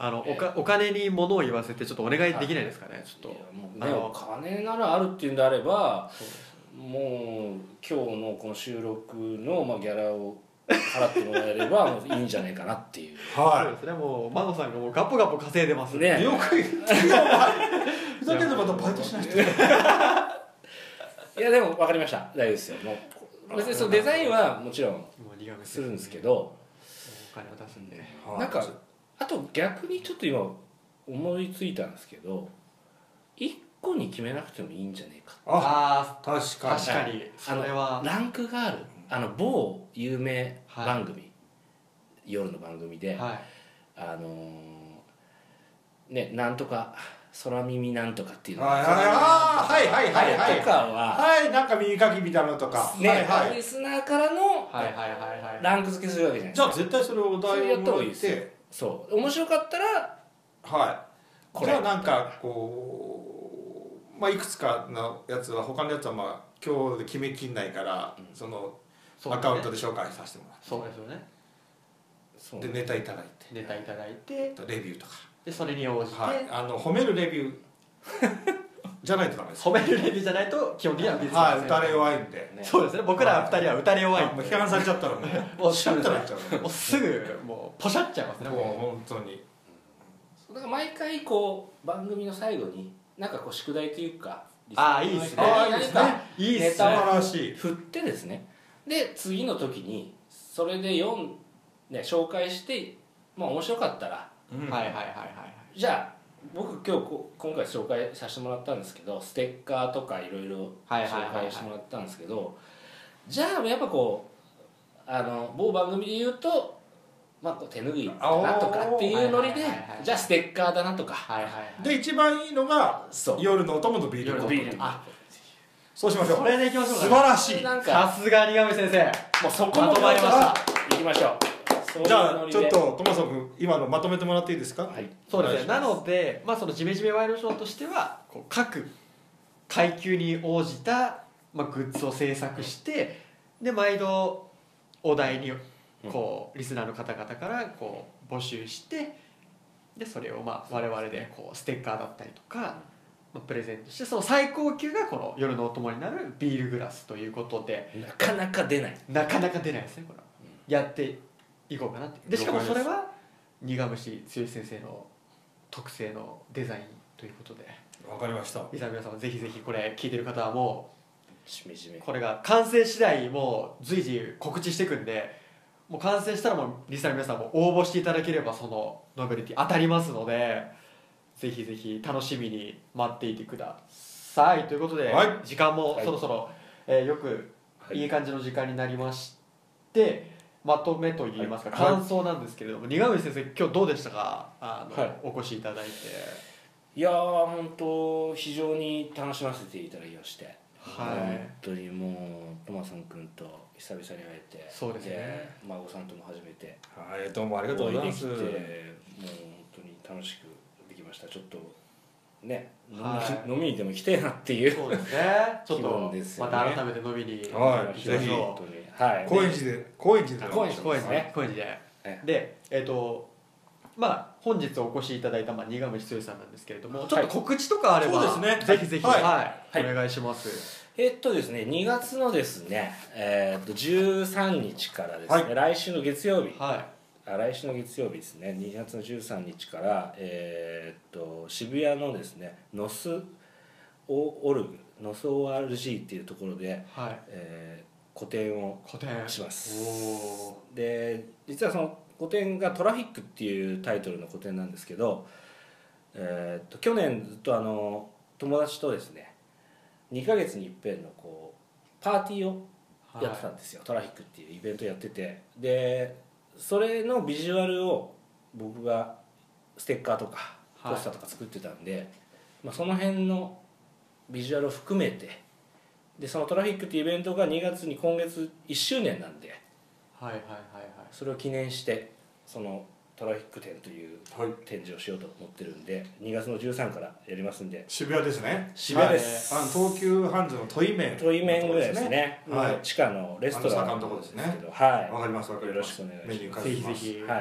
あのおかお金に物を言わせてちょっとお願いできないですかね、ちょっいやもうと。あね、おの金ならあるっていうんであればもう今日のこの収録の、まあ、ギャラを払ってもらえればもういいんじゃないかなっていうそうはですね、もうマゴさんがもうガポガポ稼いでますねいよく言ってるよお前ふざけてまたバイトしない人いやでも分かりました大丈夫ですよもう別にそのデザインはもちろんもう苦めするんですけどお金を出すんで。 なんかあと逆にちょっと今思いついたんですけどいっこに決めなくてもいいんじゃねえかああ確かにあ確かにそれはランクがあるあの某有名番組、夜の番組で、 はいあのーねなんとか空耳なんとかっていうのはいはいはいはいはいはいとかははいなんか耳かきみたいなのとかね、 はいはいリスナーからのはいはいはいはいランク付けするわけじゃないですかじゃあ絶対それをおそれ題をもらっやった方がいいですよてそう面白かったらはいこれじゃあなんかこうまあいくつかのやつは他のやつはまあ今日で決めきんないから、うん、そのそうですねアカウントで紹介させてもらってそうですよね。 そうでネタいただいてネタいただいてレビューとかでそれに応じて、 はい、あの褒めるレビューじゃないとダメです褒めるレビューじゃないと基本的には受け付けはいません。 打たれ弱いんで、 ねそうですね、僕ら二人は打たれ弱いんで、 もう批判されちゃったらももううシャッとなっちゃうもうすぐもうポシャっちゃいますね。 もうも本当にだから毎回こう番組の最後になんかこう宿題というかあーいいっすね何あーいいっすねかういいっすネタを素晴らしい振ってですねで次の時にそれで読んね紹介してまあ面白かったらうんはいはいはいはいじゃあ僕今日こ今回紹介させてもらったんですけどステッカーとかいろいろはいはいはいはい紹介してもらったんですけどじゃあやっぱこうあの某番組で言うとまあこう手拭いだなとかっていうノリではいはいはいはいじゃあステッカーだなとかはいはいはいで一番いいのがそう夜のお供のビール夜のビールあそうしましょうこれでいきましょうか素晴らしいなんさかすが新上先生。 もうそこもまとまりました行きましょうそういうじゃあノリでちょっとトマソン君今のまとめてもらっていいですかはいそうですね、なお願いしますので、まあ、そのジメジメワイドショーとしてはこう各階級に応じた、まあ、グッズを制作してで毎度お題にこうリスナーの方々からこう募集してでそれをまあ我々でこうステッカーだったりとか、まあ、プレゼントしてその最高級がこの夜のお供になるビールグラスということでなかなか出ないなかなか出ないですねこれはやっていこうかなってでしかもそれは苦虫剛先生の特製のデザインということでわかりましたリスナーの皆様ぜひぜひこれ聞いてる方はもしめじめうこれが完成次第もう随時告知していくんでもう完成したらもうリスナーの皆さんも応募していただければそのノベルティ当たりますのでぜひぜひ楽しみに待っていてくださいということで、 はい時間もはいそろそろ、えーよくいい感じの時間になりましてまとめといいますか、 はい感想なんですけれども、苦虫先生今日どうでしたかあの、 はいお越しいただいて。 いやー本当非常に楽しませていただきまして、 はい本当にもうトマさん君と久々に会えてそうですねで孫さんとも初めてはいどうもありがとうございますお会いできてもう本当に楽しくできましたちょっとね飲み,、 はい飲みにでも来てえなっていうそうですねちょっ気と分ですよねまた改めて飲みにはい行きましょう本当にはい高円寺で高円寺であ高円寺高円寺ねね高円寺でえでえっ、とまあ本日お越しいただいた、まあ、苦虫剛さんなんですけれどもちょっと告知とかあれば、 そうですねぜひぜひ、 はいはいはいお願いします。 えっとですねにがつのですねえーっとじゅうさんにちからですね、 はい来週の月曜日はあ来週の月曜日ですねにがつのじゅうさんにちから、えーっと渋谷のですねノスオオルグノス オーアールジー っていうところで、 いはいえー個展を個展しますおで実はその個展が「トラフィック」っていうタイトルの個展なんですけど、えーっと去年ずっとあの友達とですねにかげつに一遍のこうパーティーをやってたんですよ、トラフィックっていうイベントやっててでそれのビジュアルを僕がステッカーとかはいポスターとか作ってたんで、まあ、その辺のビジュアルを含めてでそのトラフィックっていうイベントがにがつに今月いっしゅうねんなんではいはいはいはいそれを記念してそのトラフィック展というはい展示をしようと思ってるんでにがつのじゅうさんからやりますんで渋谷ですね渋谷です、 はいあの東急ハンズのトイメントイメンぐらいですね、 はいもう地下のレストランあの坂のとこですねけどはいわかりますわかりますよろしくお願いしますメニューぜ書いてますひぜひ、 はい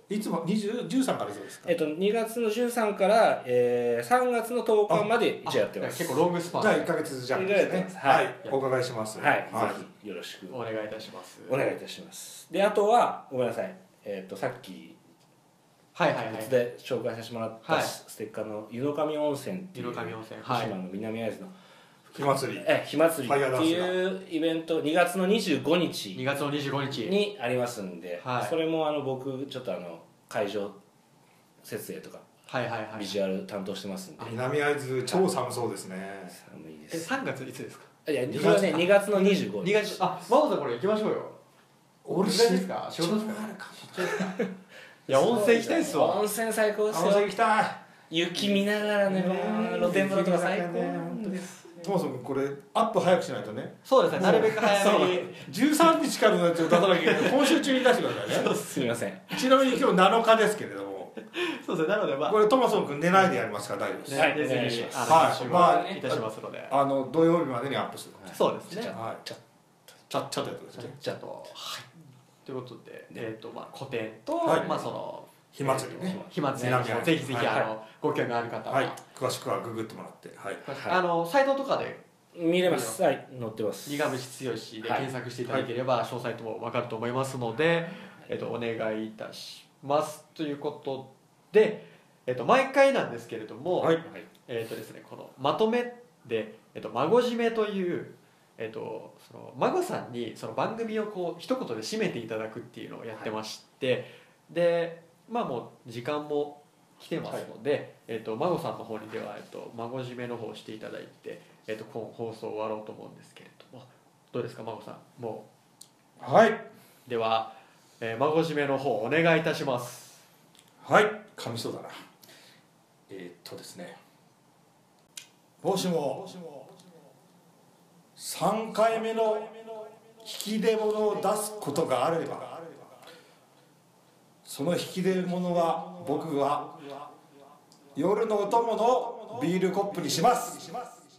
いつもにじゅう、じゅうさんからそうですか。 えっと、にがつのじゅうさんから、えー、さんがつのとおかまで一応やってます。 結構ロングスパンじゃあいっかげつじゃんですね。 はいはい、お伺いします。 はい、ぜひよろしくお願いいたします。 お願いいたします。で、あとはごめんなさい、えっとさっきはいはいはい別で紹介させてもらったはいステッカーの湯の神温泉っていう湯の神温泉福島の南会津の火祭り。 え火祭りっていうイベントにがつのにじゅうごにちにがつのにじゅうごにちにありますんで、 はいそれもあの僕ちょっとあの会場設営とかはいはいはいビジュアル担当してますんで、 南会津超寒そうですね。 え寒いです。 さんがついつですか？ いやそれはねにがつのにじゅうごにち。 にがつあ真帆さんこれ行きましょうよ。 俺いつですか？仕事ですか？いや温泉行きたいっすわ。 温泉最高です温泉よ。 行きたい。 雪見ながらね、露天風呂とか最高本当です。トマソンこれアップ早くしないとね。 そうですね。なるべく早めに。 じゅうさんにちからのやつを出さなきゃいけない。今週中に出してくださいね。 すみません。 ちなみに今日なのかですけれども、 そうですね。なのでまあこれトマソン君寝ないでやりますから大丈夫です。 はいぜひお願いしますあのはい編集まあはいたしますので。 あの土曜日までにアップする。 そうですね。 はい。ちゃちゃっちゃとやってくださいね。 じゃあとはい。ということでえっとまあ個展とはいまあその火祭りね。 火祭り南会津ぜひぜひはいあのご興味ある方はいは。 詳しくはググってもらって。はい。 あのサイトとかで見れます。はい、載ってます。 苦虫剛ではい検索していただければ詳細とも分かると思いますので、えっと、お願いいたしますということで、えっと、毎回なんですけれども、 はい。 えっとですね、このまとめで、えっと、孫締めという、えっと、その孫さんにその番組をこう一言で締めていただくっていうのをやってまして、でまあもう時間も来てますので、えっと、孫さんの方にでは、えっと、孫締めの方をしていただいて、えっと、今放送終わろうと思うんですけれどもどうですか孫さんもはい。 うでは、えー、孫締めの方お願いいたします。 はい。噛みそうだな。えー、っとですね。もしもさんかいめの引き出物を出すことがあれば、その引き出物は僕は夜のお供のビールコップにします。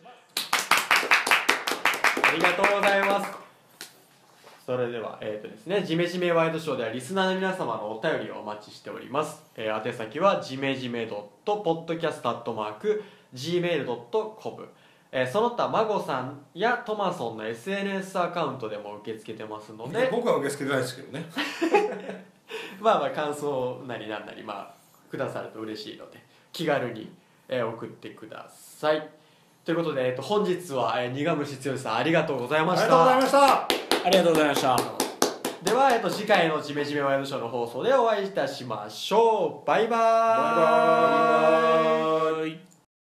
ありがとうございます。それでは、えーとですね、ジメジメワイドショーではリスナーの皆様のお便りをお待ちしております。えー、宛先はジメジメドットポッドキャストアットマークジーメールドットコム、えー、その他孫さんやトマソンの エスエヌエス アカウントでも受け付けてますので、 僕は受け付けてないですけどね。 まあまあ感想なりなんなりまあくださると嬉しいので気軽に、えー送ってください。ということで、えー、と本日は、えー、苦虫剛さんありがとうございました。 ありがとうございました。 ありがとうございました。 では、えっと、次回のジメジメワイドショーの放送でお会いいたしましょう。バイバーイ。 バイバーイ。